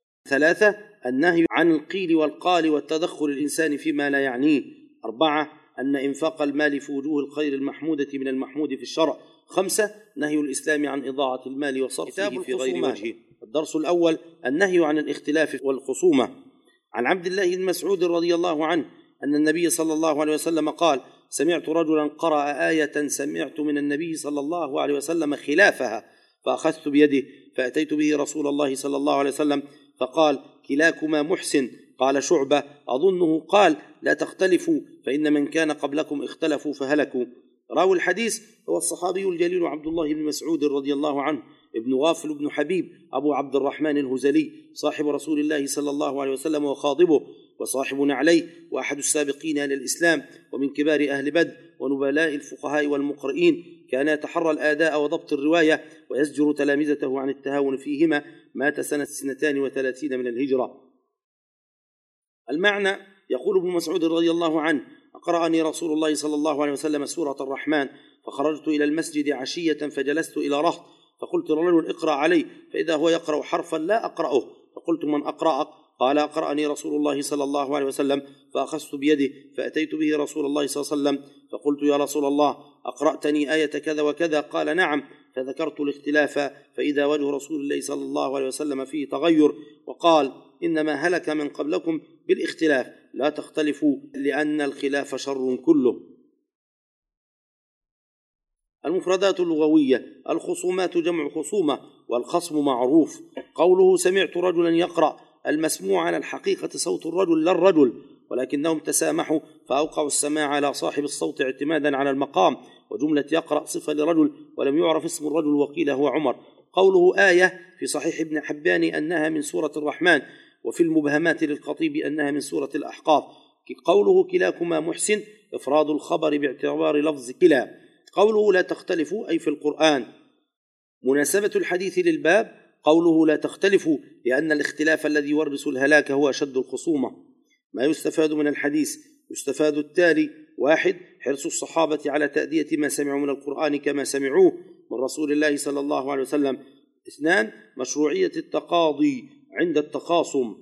3. النهي عن القيل والقال والتدخل الإنسان فيما لا يعنيه. 4. أن إنفاق المال في وجوه الخير المحمودة من المحمود في الشرع. 5. نهي الإسلام عن إضاعة المال وصرفه في غير وجهه. الدرس الأول: النهي عن الاختلاف والخصومة. عن عبد الله بن مسعود رضي الله عنه أن النبي صلى الله عليه وسلم قال: سمعت رجلا قرأ آية سمعت من النبي صلى الله عليه وسلم خلافها، فأخذت بيده فأتيت به رسول الله صلى الله عليه وسلم فقال: كلاكما محسن. قال شعبة: أظنه قال: لا تختلفوا فإن من كان قبلكم اختلفوا فهلكوا. راوي الحديث هو الصحابي الجليل عبد الله بن مسعود رضي الله عنه ابن غافل بن حبيب أبو عبد الرحمن الهذلي صاحب رسول الله صلى الله عليه وسلم وخاضبه وصاحب نعليه وأحد السابقين إلى الإسلام ومن كبار أهل بدر ونبلاء الفقهاء والمقرئين. كان يتحرى الآداء وضبط الرواية ويزجر تلامذته عن التهاون فيهما. مات سنة 32 من الهجرة. المعنى: يقول ابن مسعود رضي الله عنه: أقرأني رسول الله صلى الله عليه وسلم سورة الرحمن، فخرجت إلى المسجد عشية فجلست إلى رهط، فقلت لرجل: اقرأ علي، فإذا هو يقرأ حرفا لا أقرأه، فقلت: من أقرأك؟ قال: أقرأني رسول الله صلى الله عليه وسلم. فأخذت بيده فأتيت به رسول الله صلى الله عليه وسلم فقلت: يا رسول الله، أقرأتني آية كذا وكذا؟ قال: نعم. فذكرت الاختلاف، فإذا وجه رسول الله صلى الله عليه وسلم فيه تغير، وقال: إنما هلك من قبلكم بالاختلاف، لا تختلفوا لأن الخلاف شر كله. المفردات اللغوية: الخصومات جمع خصومة، والخصم معروف. قوله: سمعت رجلا يقرأ، المسموع على الحقيقة صوت الرجل لا الرجل، ولكنهم تسامحوا فأوقعوا السماع على صاحب الصوت اعتمادا على المقام. وجملة يقرأ صفة لرجل ولم يعرف اسم الرجل وقيل هو عمر. قوله آية في صحيح ابن حبان أنها من سورة الرحمن، وفي المبهمات للخطيب أنها من سورة الأحقاف. قوله كلاكما محسن، إفراد الخبر باعتبار لفظ كلا. قوله لا تختلفوا أي في القرآن. مناسبة الحديث للباب: قوله لا تختلفوا لأن الاختلاف الذي يورث الهلاك هو أشد الخصومة. ما يستفاد من الحديث: يستفاد التالي: 1. حرص الصحابة على تأدية ما سمعوا من القرآن كما سمعوه من رسول الله صلى الله عليه وسلم. 2. مشروعية التقاضي عند التخاصم.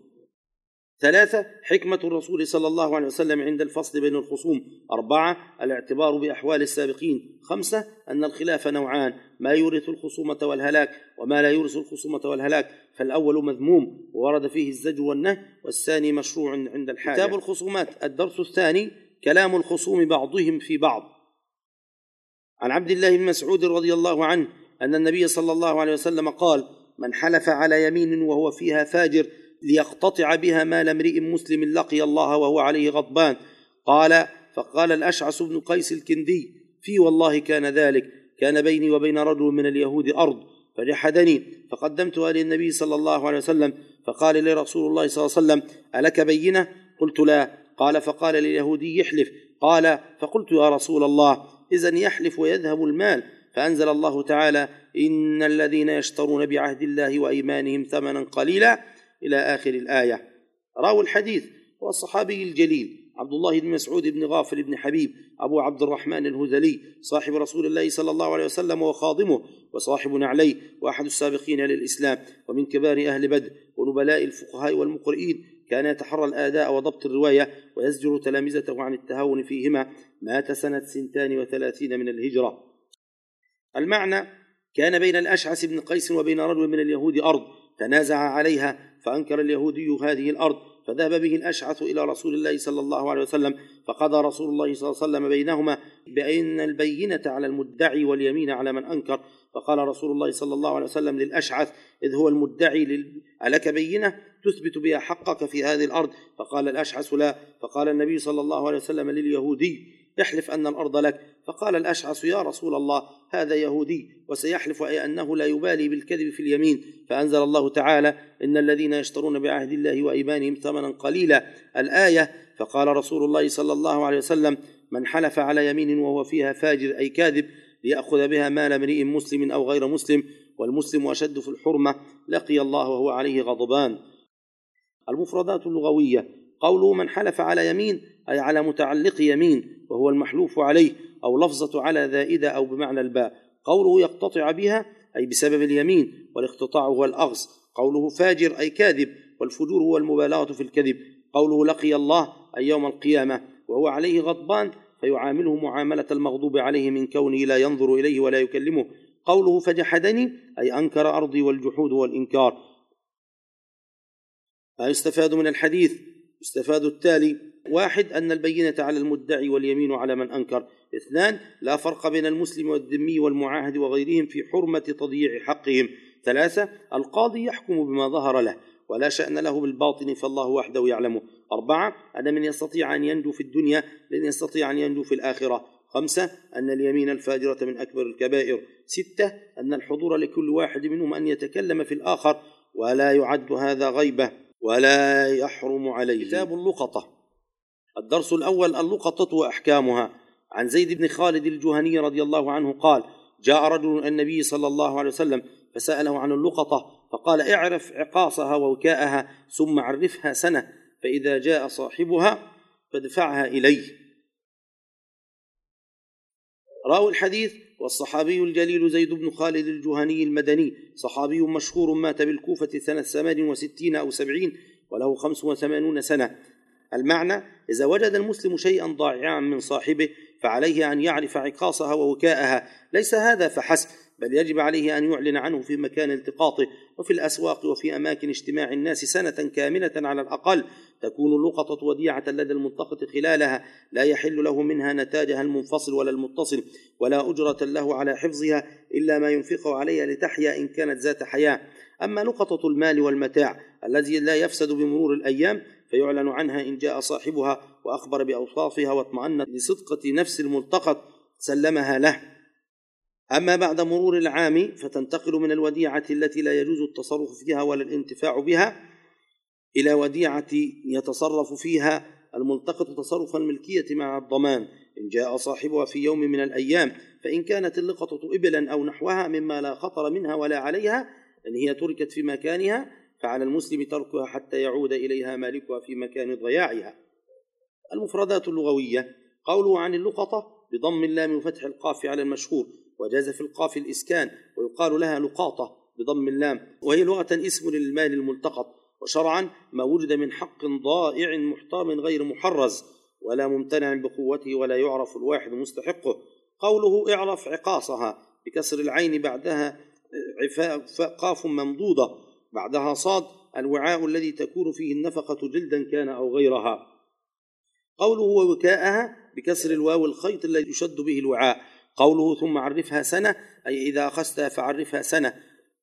3. حكمة الرسول صلى الله عليه وسلم عند الفصل بين الخصوم. 4. الاعتبار بأحوال السابقين. 5. أن الخلاف نوعان: ما يورث الخصومة والهلاك وما لا يورث الخصومة والهلاك، فالأول مذموم وورد فيه الزجر والنهي، والثاني مشروع عند الحاجة. كتاب الخصومات. الدرس الثاني: كلام الخصوم بعضهم في بعض. عن عبد الله بن مسعود رضي الله عنه أن النبي صلى الله عليه وسلم قال: من حلف على يمين وهو فيها فاجر ليقتطع بها مال امرئ مسلم لقي الله وهو عليه غضبان. فقال الأشعث بن قيس الكندي: في والله كان ذلك، كان بيني وبين رجل من اليهود أرض فجحدني فقدمتها للنبي صلى الله عليه وسلم، فقال لي رسول الله صلى الله عليه وسلم: ألك بينة؟ قلت لا. قال: فقال لليهودي: يحلف. قال: فقلت: يا رسول الله، إذن يحلف ويذهب المال. فأنزل الله تعالى: إن الذين يشترون بعهد الله وأيمانهم ثمنا قليلا إلى آخر الآية. راوي الحديث هو الصحابي الجليل عبد الله بن مسعود بن غافل بن حبيب أبو عبد الرحمن الهذلي صاحب رسول الله صلى الله عليه وسلم وخاضمه وصاحب نعليه وأحد السابقين للإسلام ومن كبار أهل بدر ونبلاء الفقهاء والمقرئين. كان يتحرى الآداء وضبط الرواية ويزجر تلامذته عن التهاون فيهما. مات سنة 32 من الهجرة. المعنى: كان بين الأشعث بن قيس وبين رجل من اليهود أرض، تنازع عليها، فأنكر اليهودي هذه الأرض، فذهب به الأشعث إلى رسول الله صلى الله عليه وسلم، فقضى رسول الله صلى الله عليه وسلم بينهما بأن البينة على المدعي واليمين على من أنكر. فقال رسول الله صلى الله عليه وسلم للأشعث إذ هو المدعي: ألك بينة تثبت بها حقك في هذه الأرض؟ فقال الأشعث: لا. فقال النبي صلى الله عليه وسلم لليهودي: احلف أن الأرض لك. فقال الأشعث: يا رسول الله، هذا يهودي وسيحلف أي أنه لا يبالي بالكذب في اليمين. فأنزل الله تعالى: إن الذين يشترون بعهد الله وأيمانهم ثمنا قليلا، الآية. فقال رسول الله صلى الله عليه وسلم: من حلف على يمين وهو فيها فاجر أي كاذب ليأخذ بها مال امرئ مسلم أو غير مسلم، والمسلم أشد في الحرمة، لقي الله وهو عليه غضبان. المفردات اللغوية: قوله من حلف على يمين أي على متعلق يمين وهو المحلوف عليه، أو لفظة على زائدة أو بمعنى الباء. قوله يقتطع بها أي بسبب اليمين، والاقتطاع هو الأغص. قوله فاجر أي كاذب، والفجور هو المبالغة في الكذب. قوله لقي الله أي يوم القيامة وهو عليه غضبان، فيعامله معاملة المغضوب عليه من كونه لا ينظر إليه ولا يكلمه. قوله فجحدني أي أنكر أرضي، والجحود والإنكار. ما يستفاد من الحديث: يستفاد التالي: 1. أن البينة على المدعي واليمين على من أنكر. 2. لا فرق بين المسلم والذمي والمعاهد وغيرهم في حرمة تضييع حقهم. 3. القاضي يحكم بما ظهر له ولا شأن له بالباطن، فالله وحده يعلمه. 4. أن من يستطيع أن ينجو في الدنيا لن يستطيع أن ينجو في الآخرة. 5 أن اليمين الفاجرة من أكبر الكبائر. 6 أن الحضور لكل واحد منهم أن يتكلم في الآخر ولا يعد هذا غيبة ولا يحرم عليه. كتاب اللقطة. الدرس الأول: اللقطة وأحكامها. عن زيد بن خالد الجهني رضي الله عنه قال: جاء رجل النبي صلى الله عليه وسلم فسأله عن اللقطة فقال: اعرف عقاصها ووكاءها ثم عرفها سنة، فإذا جاء صاحبها فادفعها إليه. راوي الحديث والصحابي الجليل زيد بن خالد الجهني المدني، صحابي مشهور، مات بالكوفة سنة 68 أو 70 وله 85 سنة. المعنى: إذا وجد المسلم شيئا ضائعا من صاحبه فعليه أن يعرف عقاصها ووكاءها. ليس هذا فحسب، بل يجب عليه أن يعلن عنه في مكان التقاطه وفي الأسواق وفي أماكن اجتماع الناس سنة كاملة على الأقل. تكون اللقطة وديعة لدى الملتقط خلالها، لا يحل له منها نتاجها المنفصل ولا المتصل، ولا أجرة له على حفظها إلا ما ينفقه عليها لتحيا إن كانت ذات حياة. أما لقطة المال والمتاع الذي لا يفسد بمرور الأيام فيعلن عنها إن جاء صاحبها وأخبر بأوصافها واطمأن لصدقة نفس الملتقط سلمها له. أما بعد مرور العام فتنتقل من الوديعة التي لا يجوز التصرف فيها ولا الانتفاع بها إلى وديعة يتصرف فيها الملتقط تصرف الملكية مع الضمان إن جاء صاحبها في يوم من الأيام. فإن كانت اللقطة إبلا أو نحوها مما لا خطر منها ولا عليها إن هي تركت في مكانها فعلى المسلم تركها حتى يعود إليها مالكها في مكان ضياعها. المفردات اللغوية: قوله عن اللقطة بضم اللام وفتح القاف على المشهور، وجاز في القاف الإسكان، ويقال لها لقاطة بضم اللام، وهي لغة اسم للمال الملتقط، وشرعا ما وجد من حق ضائع محترم غير محرز ولا ممتنع بقوته ولا يعرف الواحد مستحقه. قوله اعرف عقاصها بكسر العين بعدها قاف ممدودة بعدها صاد، الوعاء الذي تكون فيه النفقة جلدا كان أو غيرها. قوله ووكاءها بكسر الواو الخيط الذي يشد به الوعاء. قوله ثم عرفها سنة أي إذا أخذتها فعرفها سنة،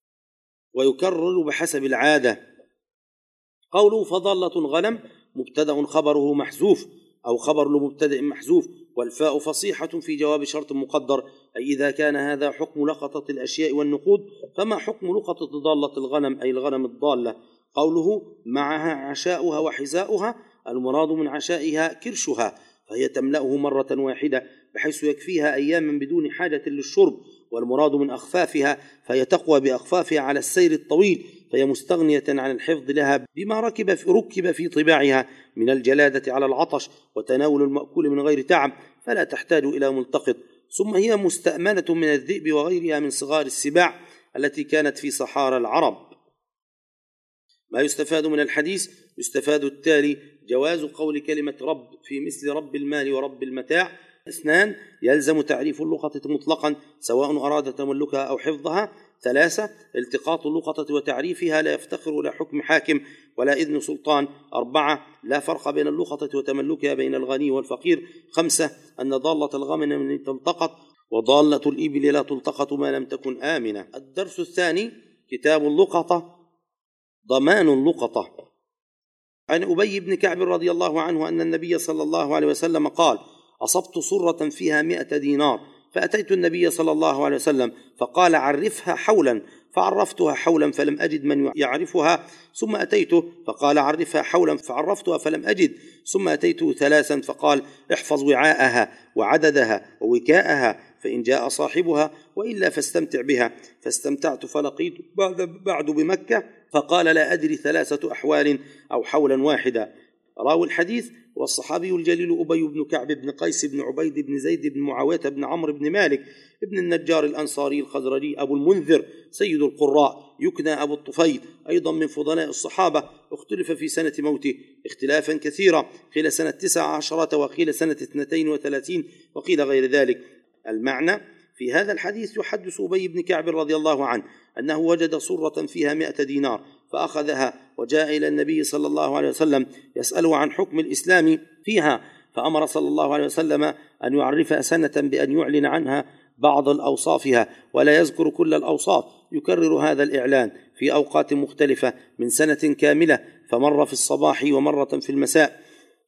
ويكرر بحسب العادة. قوله فضالة غنم مبتدأ خبره محذوف أو خبر لمبتدأ محذوف، والفاء فصيحة في جواب شرط مقدر، أي إذا كان هذا حكم لقطة الأشياء والنقود فما حكم لقطة ضالة الغنم أي الغنم الضالة. قوله معها عشاؤها وحذاؤها، المراد من عشائها كرشها، فهي تملأه مرة واحدة بحيث يكفيها أياما بدون حاجة للشرب، والمراد من أخفافها فهي تقوى بأخفافها على السير الطويل، فهي مستغنية عن الحفظ لها بما ركب في طباعها من الجلادة على العطش وتناول المأكول من غير تعب، فلا تحتاج إلى ملتقط. ثم هي مستأمنة من الذئب وغيرها من صغار السباع التي كانت في صحارى العرب. ما يستفاد من الحديث: يستفاد التالي: جواز قول كلمة رب في مثل رب المال ورب المتاع. 2 يلزم تعريف اللقطة مطلقا سواء أراد تملكها أو حفظها. 3 التقاط اللقطة وتعريفها لا يفتقر إلى حكم حاكم ولا إذن سلطان. 4 لا فرق بين اللقطة وتملكها بين الغني والفقير. 5 أن ضالة الغنم من تلتقط وضالة الإبل لا تلتقط ما لم تكن آمنة. الدرس الثاني: كتاب اللقطة. ضمان اللقطة. عن أبي بن كعب رضي الله عنه أن النبي صلى الله عليه وسلم قال: أصبت صرة فيها 100 دينار، فأتيت النبي صلى الله عليه وسلم فقال: عرفها حولا، فعرفتها حولا فلم أجد من يعرفها، ثم أتيته فقال: عرفها حولا، فعرفتها فلم أجد، ثم أتيته 3 فقال: احفظ وعاءها وعددها ووكاءها، فإن جاء صاحبها وإلا فاستمتع بها. فاستمتعت فلقيت بعد بمكة فقال: لا أدري 3 أحوال أو حولا واحدا. راوي الحديث والصحابي الجليل أبي بن كعب بن قيس بن عبيد بن زيد بن معاوية بن عمرو بن مالك بن النجار الأنصاري الخزرجي أبو المنذر سيد القراء، يكنى أبو الطفيل، أيضا من فضلاء الصحابة. اختلف في سنة موته اختلافا كثيرا، قيل سنة 19 وقيل سنة 32 وقيل غير ذلك. المعنى: في هذا الحديث يحدث أبي بن كعب رضي الله عنه أنه وجد صرة فيها 100 دينار فأخذها وجاء إلى النبي صلى الله عليه وسلم يسأله عن حكم الإسلام فيها، فأمر صلى الله عليه وسلم أن يعرفها سنة بأن يعلن عنها بعض الأوصافها ولا يذكر كل الأوصاف، يكرر هذا الإعلان في أوقات مختلفة من سنة كاملة، فمرة في الصباح ومرة في المساء،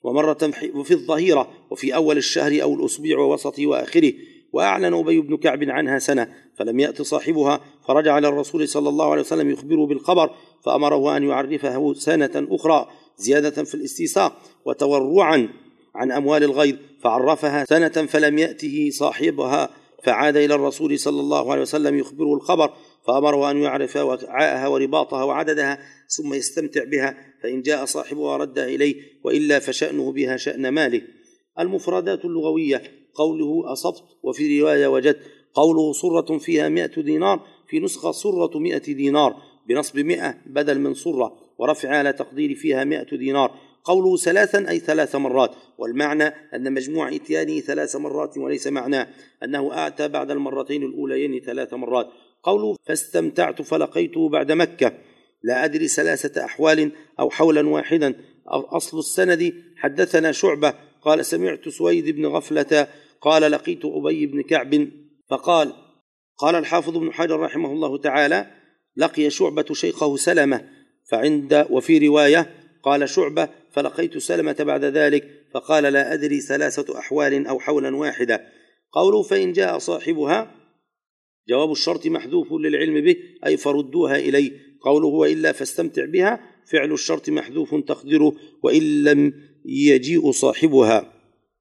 ومرة في الظهيرة وفي أول الشهر أو الأسبوع ووسطه وآخره. وأعلن أبي بن كعب عنها سنة فلم يأت صاحبها، فرجع إلى الرسول صلى الله عليه وسلم يخبره بالخبر، فأمره أن يعرفه سنة أخرى زيادة في الاستيثاق وتورعا عن أموال الغير، فعرفها سنة فلم يأته صاحبها، فعاد إلى الرسول صلى الله عليه وسلم يخبره الخبر، فأمره أن يعرف وعاءها ورباطها وعددها ثم يستمتع بها، فإن جاء صاحبها ردها إليه، وإلا فشأنه بها شأن ماله. المفردات اللغوية: قوله أصبت وفي رواية وجدت. قوله صرة فيها 100 دينار، في نسخة صرة 100 دينار بنصب 100 بدل من صرة ورفع على تقدير فيها 100 دينار. قوله ثلاثا أي 3 مرات، والمعنى أن مجموع إتيانه 3 مرات، وليس معناه أنه آتى بعد المرتين الأوليين 3 مرات. قوله فاستمتعت فلقيته بعد مكة، لا أدري 3 أحوال أو حولا واحدا. أصل السند: حدثنا شعبة قال سمعت سويد بن غفلة قال لقيت أبي بن كعب، فقال الحافظ بن حجر رحمه الله تعالى: لقي شعبة شيخه سلمة، وفي رواية قال شعبة فلقيت سلمة بعد ذلك، فقال لا أدري 3 أحوال أو حولا واحدة. قوله فإن جاء صاحبها، جواب الشرط محذوف للعلم به، أي فردوها إليه. قوله وإلا فاستمتع بها، فعل الشرط محذوف تقديره وإن لم يجيء صاحبها.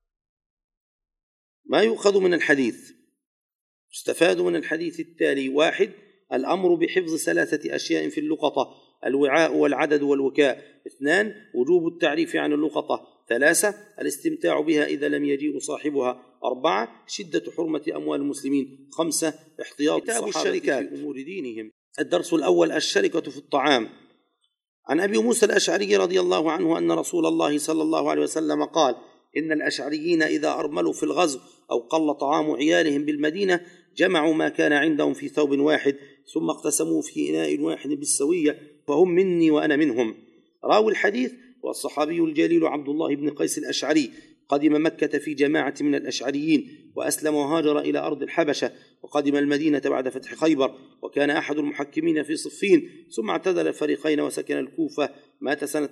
ما يؤخذ من الحديث: يستفاد من الحديث التالي: 1. الأمر بحفظ 3 أشياء في اللقطة: الوعاء والعدد والوكاء. 2. وجوب التعريف عن اللقطة. 3. الاستمتاع بها إذا لم يجيء صاحبها. 4. شدة حرمة أموال المسلمين. 5. احتياط الصحابة في أمور دينهم. الدرس الأول: الشركة في الطعام. عن أبي موسى الأشعري رضي الله عنه أن رسول الله صلى الله عليه وسلم قال: إن الأشعريين إذا أرملوا في الغزو أو قل طعام عيالهم بالمدينة جمعوا ما كان عندهم في ثوب واحد ثم اقتسموا في إناء واحد بالسوية، فهم مني وأنا منهم. راوي الحديث والصحابي الجليل عبد الله بن قيس الأشعري، قدم مكة في جماعة من الأشعريين وأسلم وهاجر إلى أرض الحبشة، وقدم المدينة بعد فتح خيبر، وكان أحد المحكمين في صفين، ثم اعتزل الفريقين وسكن الكوفة، مات سنة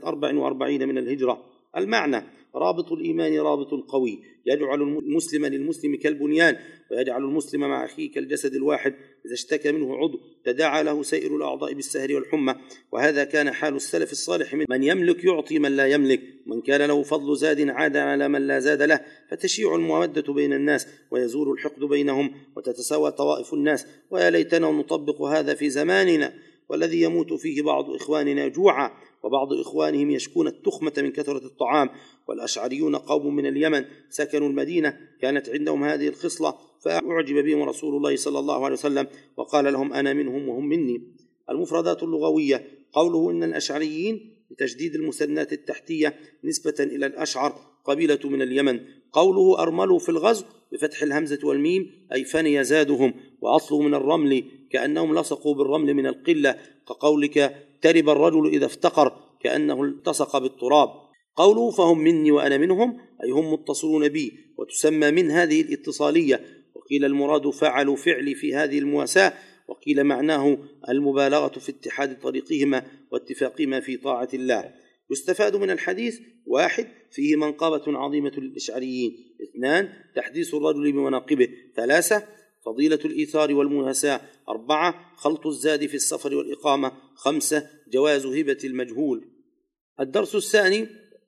44 من الهجرة. المعنى: رابط الإيمان رابط قوي يجعل المسلم للمسلم كالبنيان، ويجعل المسلم مع أخيه كالجسد الواحد، إذا اشتكى منه عضو تداعى له سائر الأعضاء بالسهر والحمى. وهذا كان حال السلف الصالح: من يملك يعطي من لا يملك، من كان له فضل زاد عاد على من لا زاد له، فتشيع المودة بين الناس ويزول الحقد بينهم وتتساوى طوائف الناس. ويا ليتنا نطبق هذا في زماننا، والذي يموت فيه بعض إخواننا جوعا وبعض إخوانهم يشكون التخمة من كثرة الطعام. والأشعريون قوم من اليمن سكنوا المدينة، كانت عندهم هذه الخصلة، فأعجب بهم رسول الله صلى الله عليه وسلم وقال لهم أنا منهم وهم مني. المفردات اللغوية: قوله إن الأشعريين بتشديد المثنات التحتية نسبة إلى الأشعر، قبيلة من اليمن. قوله أرملوا في الغزو بفتح الهمزة والميم، أي فني زادهم، وأصله من الرمل، كأنهم لصقوا بالرمل من القلة، كقولك ترب الرجل إذا افتقر، كأنه التصق بالتراب. قوله فهم مني وأنا منهم، أي هم متصلون بي، وتسمى من هذه الاتصالية. وقيل المراد فعلوا فعلي في هذه المواساة، وقيل معناه المبالغة في اتحاد طريقهما واتفاقهما في طاعة الله. يستفاد من الحديث: 1. فيه منقبة عظيمة للأشعريين. 2. تحديث الرجل بمناقبه. 3. فضيلة الإيثار والمواساة. 4. خلط الزاد في السفر والإقامة. 5. جواز هبة المجهول. الدرس الثاني: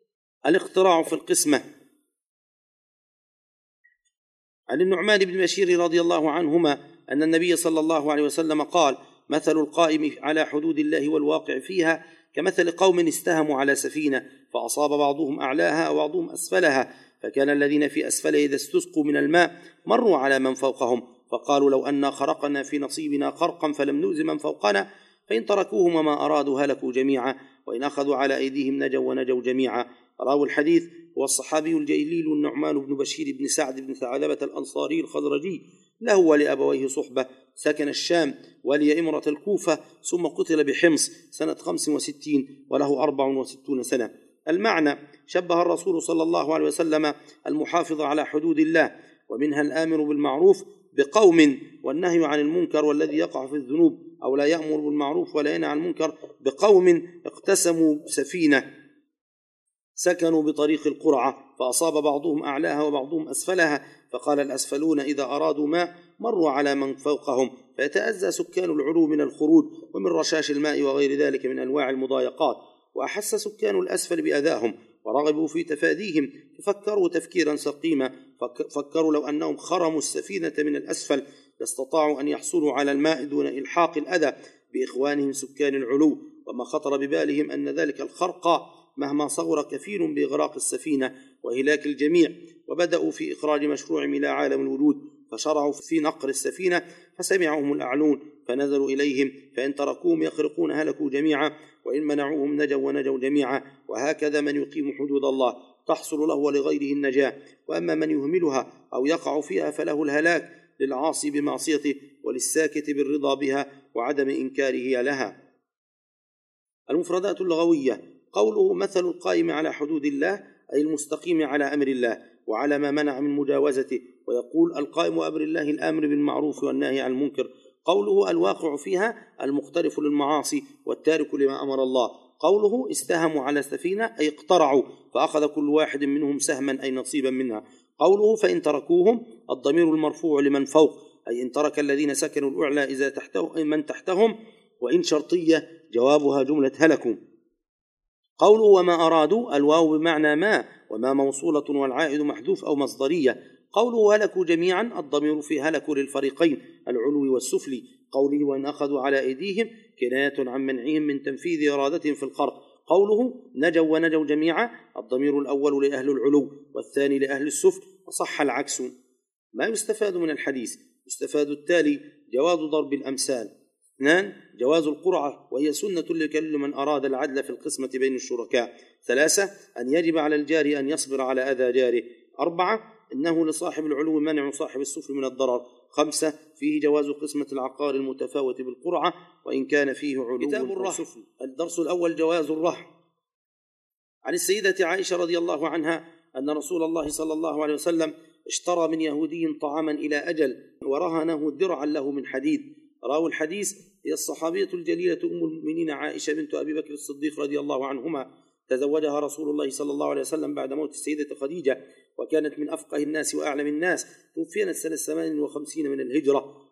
الاختراع في القسمة. عن النعمان بن بشير رضي الله عنهما أن النبي صلى الله عليه وسلم قال: مثل القائم على حدود الله والواقع فيها كمثل قوم استهموا على سفينة، فأصاب بعضهم أعلاها وبعضهم أسفلها، فكان الذين في أسفلها إذا استسقوا من الماء مروا على من فوقهم، فقالوا لو أنا خرقنا في نصيبنا خرقا فلم نؤذ من فوقنا، فإن تركوهم وما أرادوا هلكوا جميعا، وإن أخذوا على أيديهم نجوا ونجوا جميعا. راوي الحديث هو الصحابي الجليل النعمان بن بشير بن سعد بن ثعلبة الأنصاري الخزرجي، له ولأبويه صحبة، سكن الشام ولي إمرة الكوفة، ثم قتل بحمص سنة 65 وله 64 سنة. المعنى: شبه الرسول صلى الله عليه وسلم المحافظ على حدود الله ومنها الآمر بالمعروف بقوم، والنهي عن المنكر والذي يقع في الذنوب أو لا يأمر بالمعروف ولا ينهى عن المنكر بقوم اقتسموا سكنوا بطريق القرعة فأصاب بعضهم أعلاها وبعضهم أسفلها، فقال الأسفلون إذا أرادوا ماء مروا على من فوقهم، فيتأذى سكان العلو من الخروج ومن رشاش الماء وغير ذلك من أنواع المضايقات، وأحس سكان الأسفل بأذاهم ورغبوا في تفاديهم، ففكروا تفكيرا سقيما، فكروا لو أنهم خرموا السفينة من الأسفل لاستطاعوا أن يحصلوا على الماء دون إلحاق الأذى بإخوانهم سكان العلو، وما خطر ببالهم أن ذلك الخرق مهما صغر كفيل بإغراق السفينة وهلاك الجميع، وبدأوا في إخراج مشروعهم إلى عالم الوجود، فشرعوا في نقر السفينة فسمعهم الأعلون فنزلوا إليهم، فإن تركوهم يخرقون هلكوا جميعا، وإن منعوهم نجوا ونجوا جميعا، وهكذا من يقيم حدود الله تحصل له ولغيره النجاة، وأما من يهملها أو يقع فيها فله الهلاك، للعاصي بمعصيته وللساكت بالرضا بها وعدم إنكاره لها. المفردات اللغوية: قوله مثل القائم على حدود الله أي المستقيم على أمر الله وعلى ما منع من مجاوزته، ويقول القائم وأمر الله الآمر بالمعروف والنهي عن المنكر. قوله الواقع فيها المقترف للمعاصي والتارك لما أمر الله. قوله استهموا على سفينة أي اقترعوا فأخذ كل واحد منهم سهما أي نصيبا منها. قوله فإن تركوهم الضمير المرفوع لمن فوق أي إن ترك الذين سكنوا الأعلى إذا تحته من تحتهم، وإن شرطية جوابها جملة هلكوا. قوله وما أرادوا الواو بمعنى ما، وما موصولة والعائد محذوف أو مصدرية. قوله هلكوا جميعا الضمير في هلكوا للفريقين العلوي والسفلي. قوله وإن أخذوا على أيديهم كناية عن منعهم من تنفيذ إرادتهم في الخرق. قوله نجوا ونجوا جميعا الضمير الأول لأهل العلو والثاني لأهل السفل، وصح العكس. ما يستفاد من الحديث: يستفاد التالي: جواز ضرب الأمثال. 2. جواز القرعة وهي سنة لكل من أراد العدل في القسمة بين الشركاء. 3. أن يجب على الجار أن يصبر على أذى جاره. 4. إنه لصاحب العلو منع صاحب السفل من الضرر. 5. فيه جواز قسمة العقار المتفاوت بالقرعة وإن كان فيه علو كتاب أو سفل. الدرس الأول: جواز الرهن. عن السيدة عائشة رضي الله عنها أن رسول الله صلى الله عليه وسلم اشترى من يهودي طعاما إلى أجل ورهنه درعا له من حديد. راوي الحديث هي الصحابية الجليلة أم المؤمنين عائشة بنت أبي بكر الصديق رضي الله عنهما، تزوجها رسول الله صلى الله عليه وسلم بعد موت السيدة خديجة، وكانت من أفقه الناس وأعلم الناس، توفيت سنة 58 من الهجرة.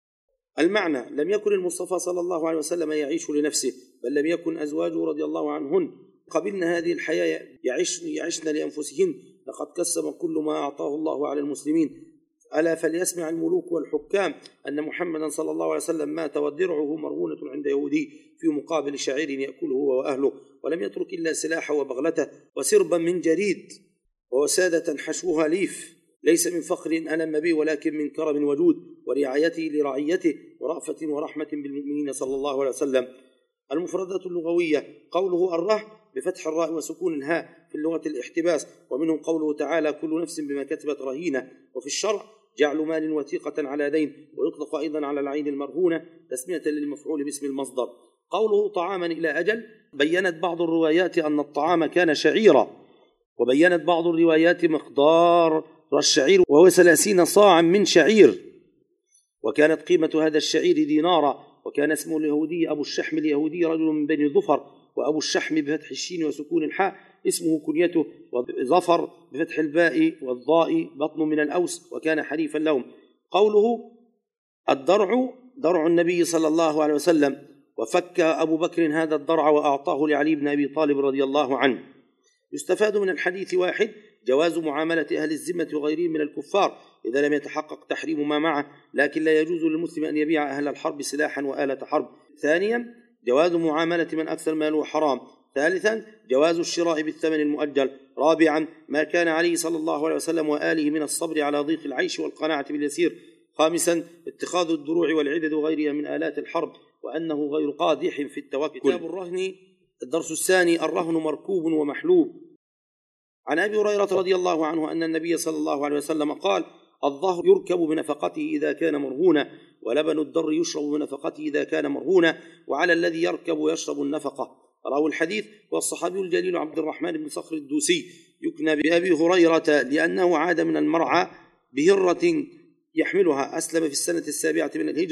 المعنى: لم يكن المصطفى صلى الله عليه وسلم يعيش لنفسه، بل لم يكن أزواجه رضي الله عنهن قبلن هذه الحياة يعيشن لأنفسهن، لقد قسم كل ما أعطاه الله على المسلمين. ألا فليسمع الملوك والحكام أن محمدا صلى الله عليه وسلم مات ودرعه مرهونة عند يهودي في مقابل شعير يأكله هو وأهله، ولم يترك إلا سلاحه وبغلته وسربا من جريد ووسادة حشوها ليف، ليس من فخر ألم به ولكن من كرم وجود ورعايته لرعيته ورأفة ورحمة بالمؤمنين صلى الله عليه وسلم. المفردات اللغوية: قوله الرهن بفتح الراء وسكون الهاء في اللغة الاحتباس، ومنهم قوله تعالى كل نفس بما كتبت رهينة. وفي الشرع جعل مال وثيقة على دين، ويطلق أيضا على العين المرهونة تسمية للمفعول باسم المصدر. قوله طعاما إلى أجل، بينت بعض الروايات أن الطعام كان شعيرا، وبينت بعض الروايات مقدار الشعير وهو 30 صاعا من شعير، وكانت قيمة هذا الشعير دينارا. وكان اسمه اليهودي أبو الشحم اليهودي رجل من بني ظفر، وأبو الشحم بفتح الشين وسكون الحاء اسمه كنيته، وظفر بفتح الباء والضاء بطن من الأوس، وكان حليفا لهم. قوله الدرع درع النبي صلى الله عليه وسلم، وفك أبو بكر هذا الدرع وأعطاه لعلي بن أبي طالب رضي الله عنه. يستفاد من الحديث: 1. جواز معاملة أهل الذمة وغيرهم من الكفار إذا لم يتحقق تحريم ما معه، لكن لا يجوز للمسلم أن يبيع أهل الحرب سلاحا وآلة حرب. 2. جواز معاملة من أكثر ماله حرام. 3. جواز الشراء بالثمن المؤجل. 4. ما كان عليه صلى الله عليه وسلم وآله من الصبر على ضيق العيش والقناعة باليسير. 5. اتخاذ الدروع والعدد وغيرها من آلات الحرب، وأنه غير قادح في التوكل. كتاب الرهن. الدرس الثاني: الرهن مركوب ومحلوب. عن أبي هريرة رضي الله عنه أن النبي صلى الله عليه وسلم قال: الظهر يركب بنفقته إذا كان مرهونا، ولبن الدر يشرب بنفقته إذا كان مرهونا، وعلى الذي يركب يشرب النفقة. راوي الحديث والصحابي الجليل عبد الرحمن بن صخر الدوسي، يكنى بأبي هريرة لأنه عاد من المرعى بهرة يحملها، أسلم في السنة 7 من الهجرة،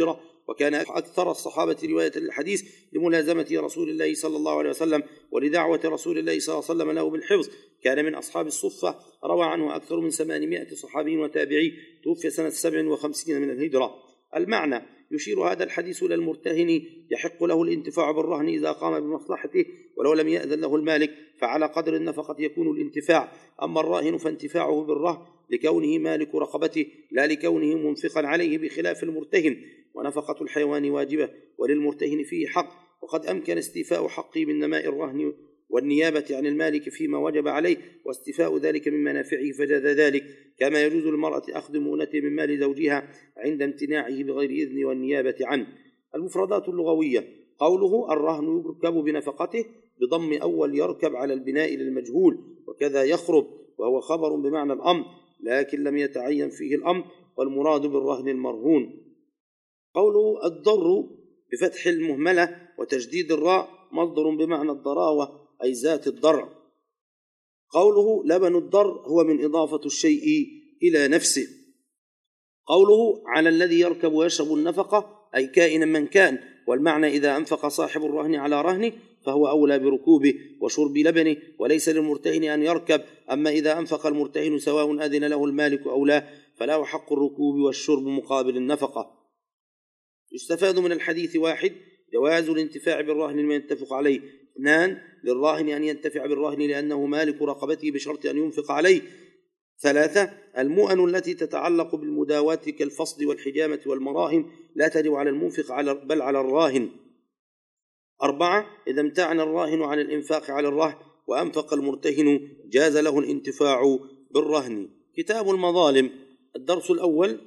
وكان أكثر الصحابة رواية للحديث لملازمة رسول الله صلى الله عليه وسلم ولدعوة رسول الله صلى الله عليه وسلم له بالحفظ. كان من أصحاب الصفة، روى عنه أكثر من 800 صحابي وتابعي، توفي سنة 57 من الهجرة. المعنى: يشير هذا الحديث إلى المرتهن يحق له الانتفاع بالرهن إذا قام بمصلحته، ولو لم يأذن له المالك فعلى قدر النفقة يكون الانتفاع. أما الراهن فانتفاعه بالرهن لكونه مالك رقبته لا لكونه منفقا عليه، بخلاف المرتهن. ونفقة الحيوان واجبة، وللمرتهن فيه حق، وقد أمكن استيفاء حقه من نماء الرهن والنيابة عن المالك فيما وجب عليه، واستيفاء ذلك من منافعه فجاز ذلك، كما يجوز للمرأة أخذ مؤونته من مال زوجها عند امتناعه بغير إذن والنيابة عنه. المفردات اللغوية: قوله الرهن يركب بنفقته بضم أول يركب على البناء للمجهول، وكذا يخرب، وهو خبر بمعنى الأمر لكن لم يتعين فيه الأمر، والمراد بالرهن المرهون. قوله الضر بفتح المهملة وتجديد الراء مصدر بمعنى الضراوة أي ذات الضرع. قوله لبن الضر هو من إضافة الشيء إلى نفسه. قوله على الذي يركب ويشرب النفقة أي كائنا من كان، والمعنى إذا أنفق صاحب الرهن على رهنه فهو أولى بركوبه وشرب لبنه، وليس للمرتهن أن يركب. أما إذا أنفق المرتهن سواء أذن له المالك أو لا فله حق الركوب والشرب مقابل النفقة. يستفاد من الحديث: 1. جواز الانتفاع بالرهن لمن يتفق عليه. 2. للراهن أن ينتفع بالرهن لأنه مالك رقبته بشرط أن ينفق عليه. 3. المؤن التي تتعلق بالمداواة كالفصل والحجامة والمراهم لا تجب على المنفق بل على الراهن. 4. إذا امتعن الراهن عن الإنفاق على الرهن وأنفق المرتهن جاز له الانتفاع بالرهن. كتاب المظالم. الدرس الأول.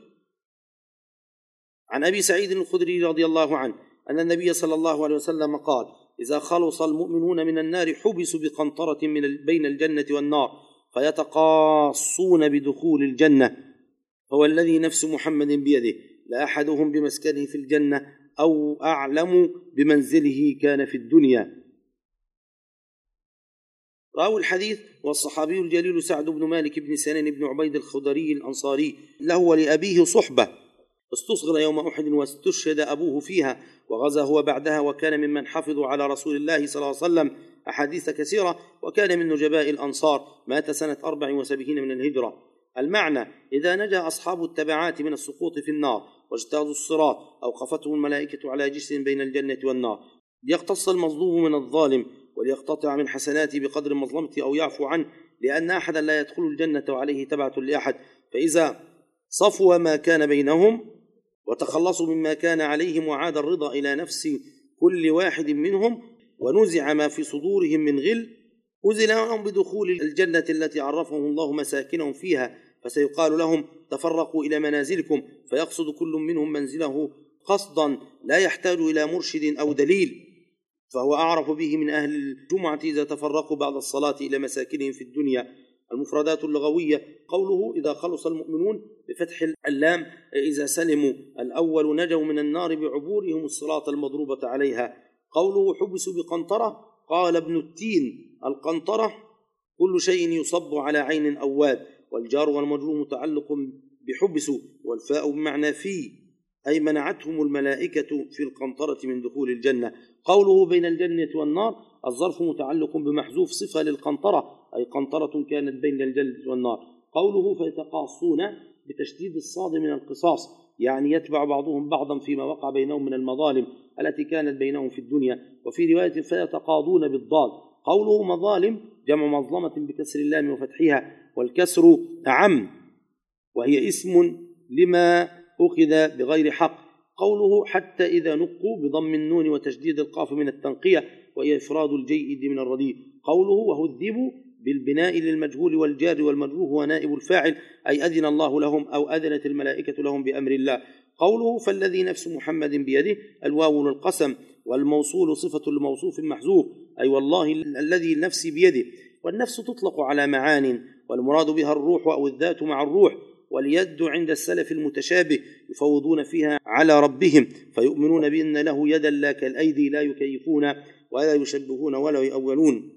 عن أبي سعيد الخدري رضي الله عنه أن النبي صلى الله عليه وسلم قال: إذا خلص المؤمنون من النار حبسوا بقنطرة بين الجنة والنار فيتقاصون بدخول الجنة، هو الذي نفس محمد بيده لأحدهم بمسكنه في الجنة أو أعلم بمنزله كان في الدنيا. راوي الحديث والصحابي الجليل سعد بن مالك بن سنان بن عبيد الخدري الأنصاري، له ولأبيه صحبة، استصغر يوم أحد واستشهد أبوه فيها، وغزا هو بعدها، وكان ممن حفظوا على رسول الله صلى الله عليه وسلم أحاديث كثيرة، وكان من نجباء الأنصار، مات سنة 74 من الهجرة. المعنى: إذا نجا أصحاب التبعات من السقوط في النار واجتازوا الصراط أوقفتهم الملائكة على جسر بين الجنة والنار ليقتص المظلوم من الظالم وليقتطع من حسناته بقدر مظلمته أو يعفو عنه، لأن أحدا لا يدخل الجنة وعليه تبعة لأحد. فإذا صفوا ما كان بينهم وتخلصوا مما كان عليهم وعاد الرضا إلى نفس كل واحد منهم ونزع ما في صدورهم من غل، أذن لهم بدخول الجنة التي عرفهم الله مساكنهم فيها، فسيقال لهم: تفرقوا إلى منازلكم، فيقصد كل منهم منزله قصدا لا يحتاج إلى مرشد أو دليل، فهو أعرف به من أهل الجمعة إذا تفرقوا بعد الصلاة إلى مساكنهم في الدنيا. المفردات اللغوية: قوله إذا خلص المؤمنون بفتح اللام إذا سلموا. الأول نجوا من النار بعبورهم الصراط المضروبة عليها. قوله حبسوا بقنطرة، قال ابن التين: القنطرة كل شيء يصب على عين أو واد، والجار والمجرور متعلق بحبسوا، والفاء بمعنى في، أي منعتهم الملائكة في القنطرة من دخول الجنة. قوله بين الجنة والنار، الظرف متعلق بمحذوف صفة للقنطرة، أي قنطرة كانت بين الجنة والنار. قوله فيتقاصون بتشديد الصاد من القصاص، يعني يتبع بعضهم بعضا فيما وقع بينهم من المظالم التي كانت بينهم في الدنيا. وفي رواية فيتقاضون بالضاد. قوله مظالم جمع مظلمة بكسر اللام وفتحها، والكسر أعم، وهي اسم لما أخذ بغير حق. قوله حتى إذا نقوا بضم النون وتشديد القاف من التنقية، وهي إفراد الجيد من الرديء. قوله وهذبوا بالبناء للمجهول والجار والمجروح هو نائب الفاعل، أي أذن الله لهم أو أذنت الملائكة لهم بأمر الله. قوله فالذي نفس محمد بيده، الواو للقسم، والموصول صفة الموصوف المحذوف، أي والله الذي نفسي بيده. والنفس تطلق على معان، والمراد بها الروح أو الذات مع الروح. واليد عند السلف المتشابه يفوضون فيها على ربهم، فيؤمنون بأن له يدا لا كالأيدي، لا يكيفون ولا يشبهون ولا يؤولون.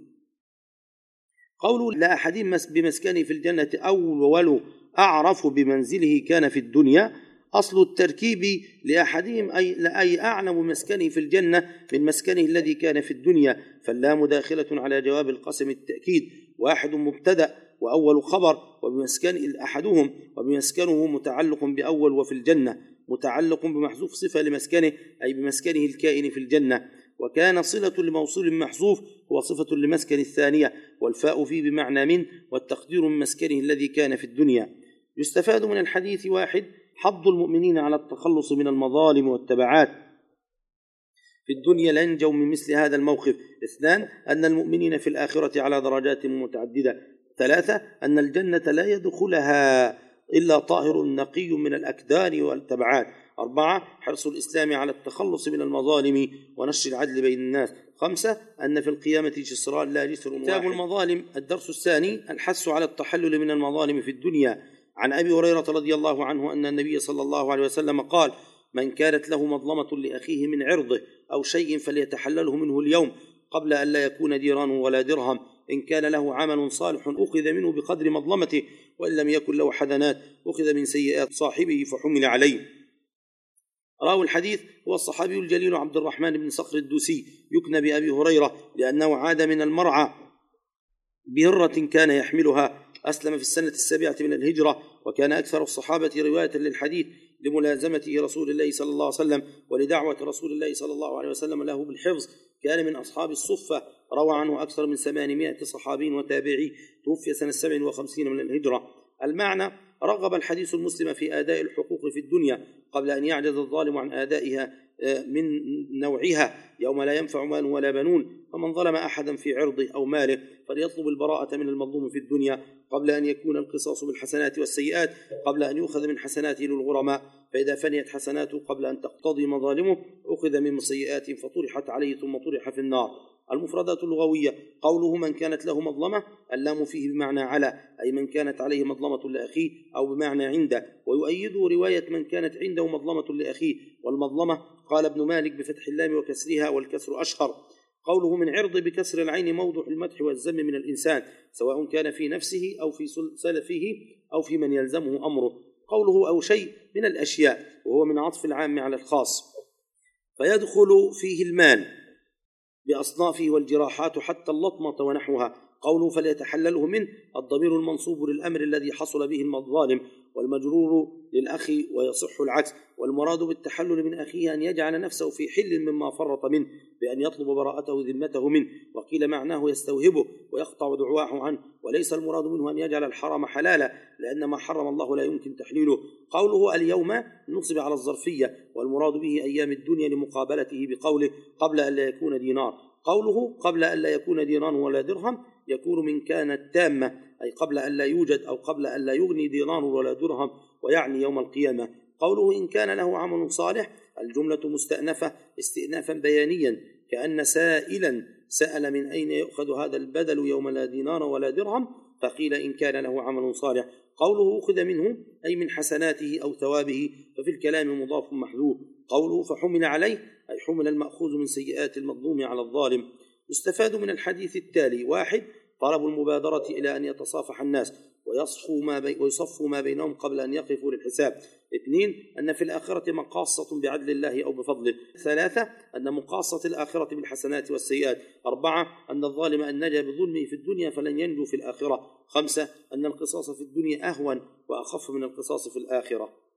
قوله لا أحد بمسكنه في الجنة أول أعرف بمنزله كان في الدنيا، أصل التركيب لأحدهم أي أعلم بمسكنه في الجنة من مسكنه الذي كان في الدنيا، فاللام داخلة على جواب القسم التأكيد، واحد مبتدأ وأول خبر، وبمسكن أحدهم وبمسكنه متعلق بأول، وفي الجنة متعلق بمحذوف صفة لمسكنه أي بمسكنه الكائن في الجنة، وكان صلة لموصول محذوف هو صفة لمسكن الثانية، والفاء فيه بمعنى من، والتقدير من مسكنه الذي كان في الدنيا. يستفاد من الحديث: واحد، حض المؤمنين على التخلص من المظالم والتبعات في الدنيا لينجوا من مثل هذا الموقف. اثنان، أن المؤمنين في الآخرة على درجات متعددة. ثلاثة، أن الجنة لا يدخلها إلا طاهر نقي من الأكدار والتبعات. أربعة، حرص الإسلام على التخلص من المظالم ونشر العدل بين الناس. خمسة، أن في القيامة جسران لا جسر واحد. كتاب المظالم. الدرس الثاني: الحث على التحلل من المظالم في الدنيا. عن أبي هريرة رضي الله عنه أن النبي صلى الله عليه وسلم قال: من كانت له مظلمة لأخيه من عرضه أو شيء فليتحلله منه اليوم قبل أن لا يكون ديران ولا درهم. إن كان له عمل صالح أخذ منه بقدر مظلمته، وإن لم يكن له حسنات أخذ من سيئات صاحبه فحمل عليه. راوي الحديث هو الصحابي الجليل عبد الرحمن بن صخر الدوسي، يكنى بأبي هريرة لأنه عاد من المرعى بهرة كان يحملها. أسلم في السنة 7 من الهجرة، وكان أكثر الصحابة رواية للحديث لملازمته رسول الله صلى الله عليه وسلم ولدعوة رسول الله صلى الله عليه وسلم له بالحفظ. كان من أصحاب الصفة، روى عنه أكثر من 800 صحابي وتابعي. توفي سنة 57 من الهجرة. المعنى: رغب الحديث المسلم في أداء الحقوق في الدنيا قبل أن يعجز الظالم عن أدائها من نوعها يوم لا ينفع مال ولا بنون. فمن ظلم أحدا في عرضه أو ماله فليطلب البراءة من المظلوم في الدنيا قبل أن يكون القصاص بالحسنات والسيئات، قبل أن يؤخذ من حسناته للغرماء، فإذا فنيت حسناته قبل أن تقتضي مظالمه أخذ من سيئات فطرحت عليه ثم طرح في النار. المفردات اللغوية: قوله من كانت له مظلمة، اللام فيه بمعنى على، أي من كانت عليه مظلمة لأخيه، أو بمعنى عنده، ويؤيده رواية من كانت عنده مظلمة لأخيه. والمظلمة قال ابن مالك بفتح اللام وكسرها، والكسر أشهر. قوله من عرض بكسر العين موضع المدح والذم من الإنسان، سواء كان في نفسه أو في سلفه أو في من يلزمه أمره. قوله أو شيء من الأشياء، وهو من عطف العام على الخاص، فيدخل فيه المال بأصنافه والجراحات حتى اللطمة ونحوها. قوله فليتحلله منه، الضمير المنصوب للأمر الذي حصل به المظالم، والمجرور للأخ ويصح العكس. والمراد بالتحلل من أخيه أن يجعل نفسه في حل مما فرط منه بأن يطلب براءته ذمته منه. وقيل معناه يستوهبه ويقطع دعواه عنه، وليس المراد منه أن يجعل الحرام حلالا، لأن ما حرم الله لا يمكن تحليله. قوله اليوم نصب على الظرفية، والمراد به أيام الدنيا لمقابلته بقوله قبل أن لا يكون دينار. قوله قبل أن لا يكون دينار ولا درهم يكون من كانت تامة، أي قبل أن لا يوجد أو قبل أن لا يغني دينار ولا درهم، ويعني يوم القيامة. قوله إن كان له عمل صالح، الجملة مستأنفة استئنافا بيانيا، كأن سائلا سأل من أين يؤخذ هذا البدل يوم لا دينار ولا درهم، فقيل إن كان له عمل صالح. قوله أخذ منه أي من حسناته أو ثوابه، ففي الكلام مضاف محذوف. قوله فحمل عليه أي حمل المأخوذ من سيئات المظلوم على الظالم. يستفاد من الحديث التالي: واحد، طلب المبادرة إلى أن يتصافح الناس ويصفوا ما بينهم قبل أن يقفوا للحساب. اثنين، أن في الآخرة مقاصة بعدل الله أو بفضله. ثلاثة، أن مقاصة الآخرة بالحسنات والسيئات. أربعة، أن الظالم أن نجا بظلمه في الدنيا فلن ينجو في الآخرة. خمسة، أن القصاص في الدنيا أهون وأخف من القصاص في الآخرة.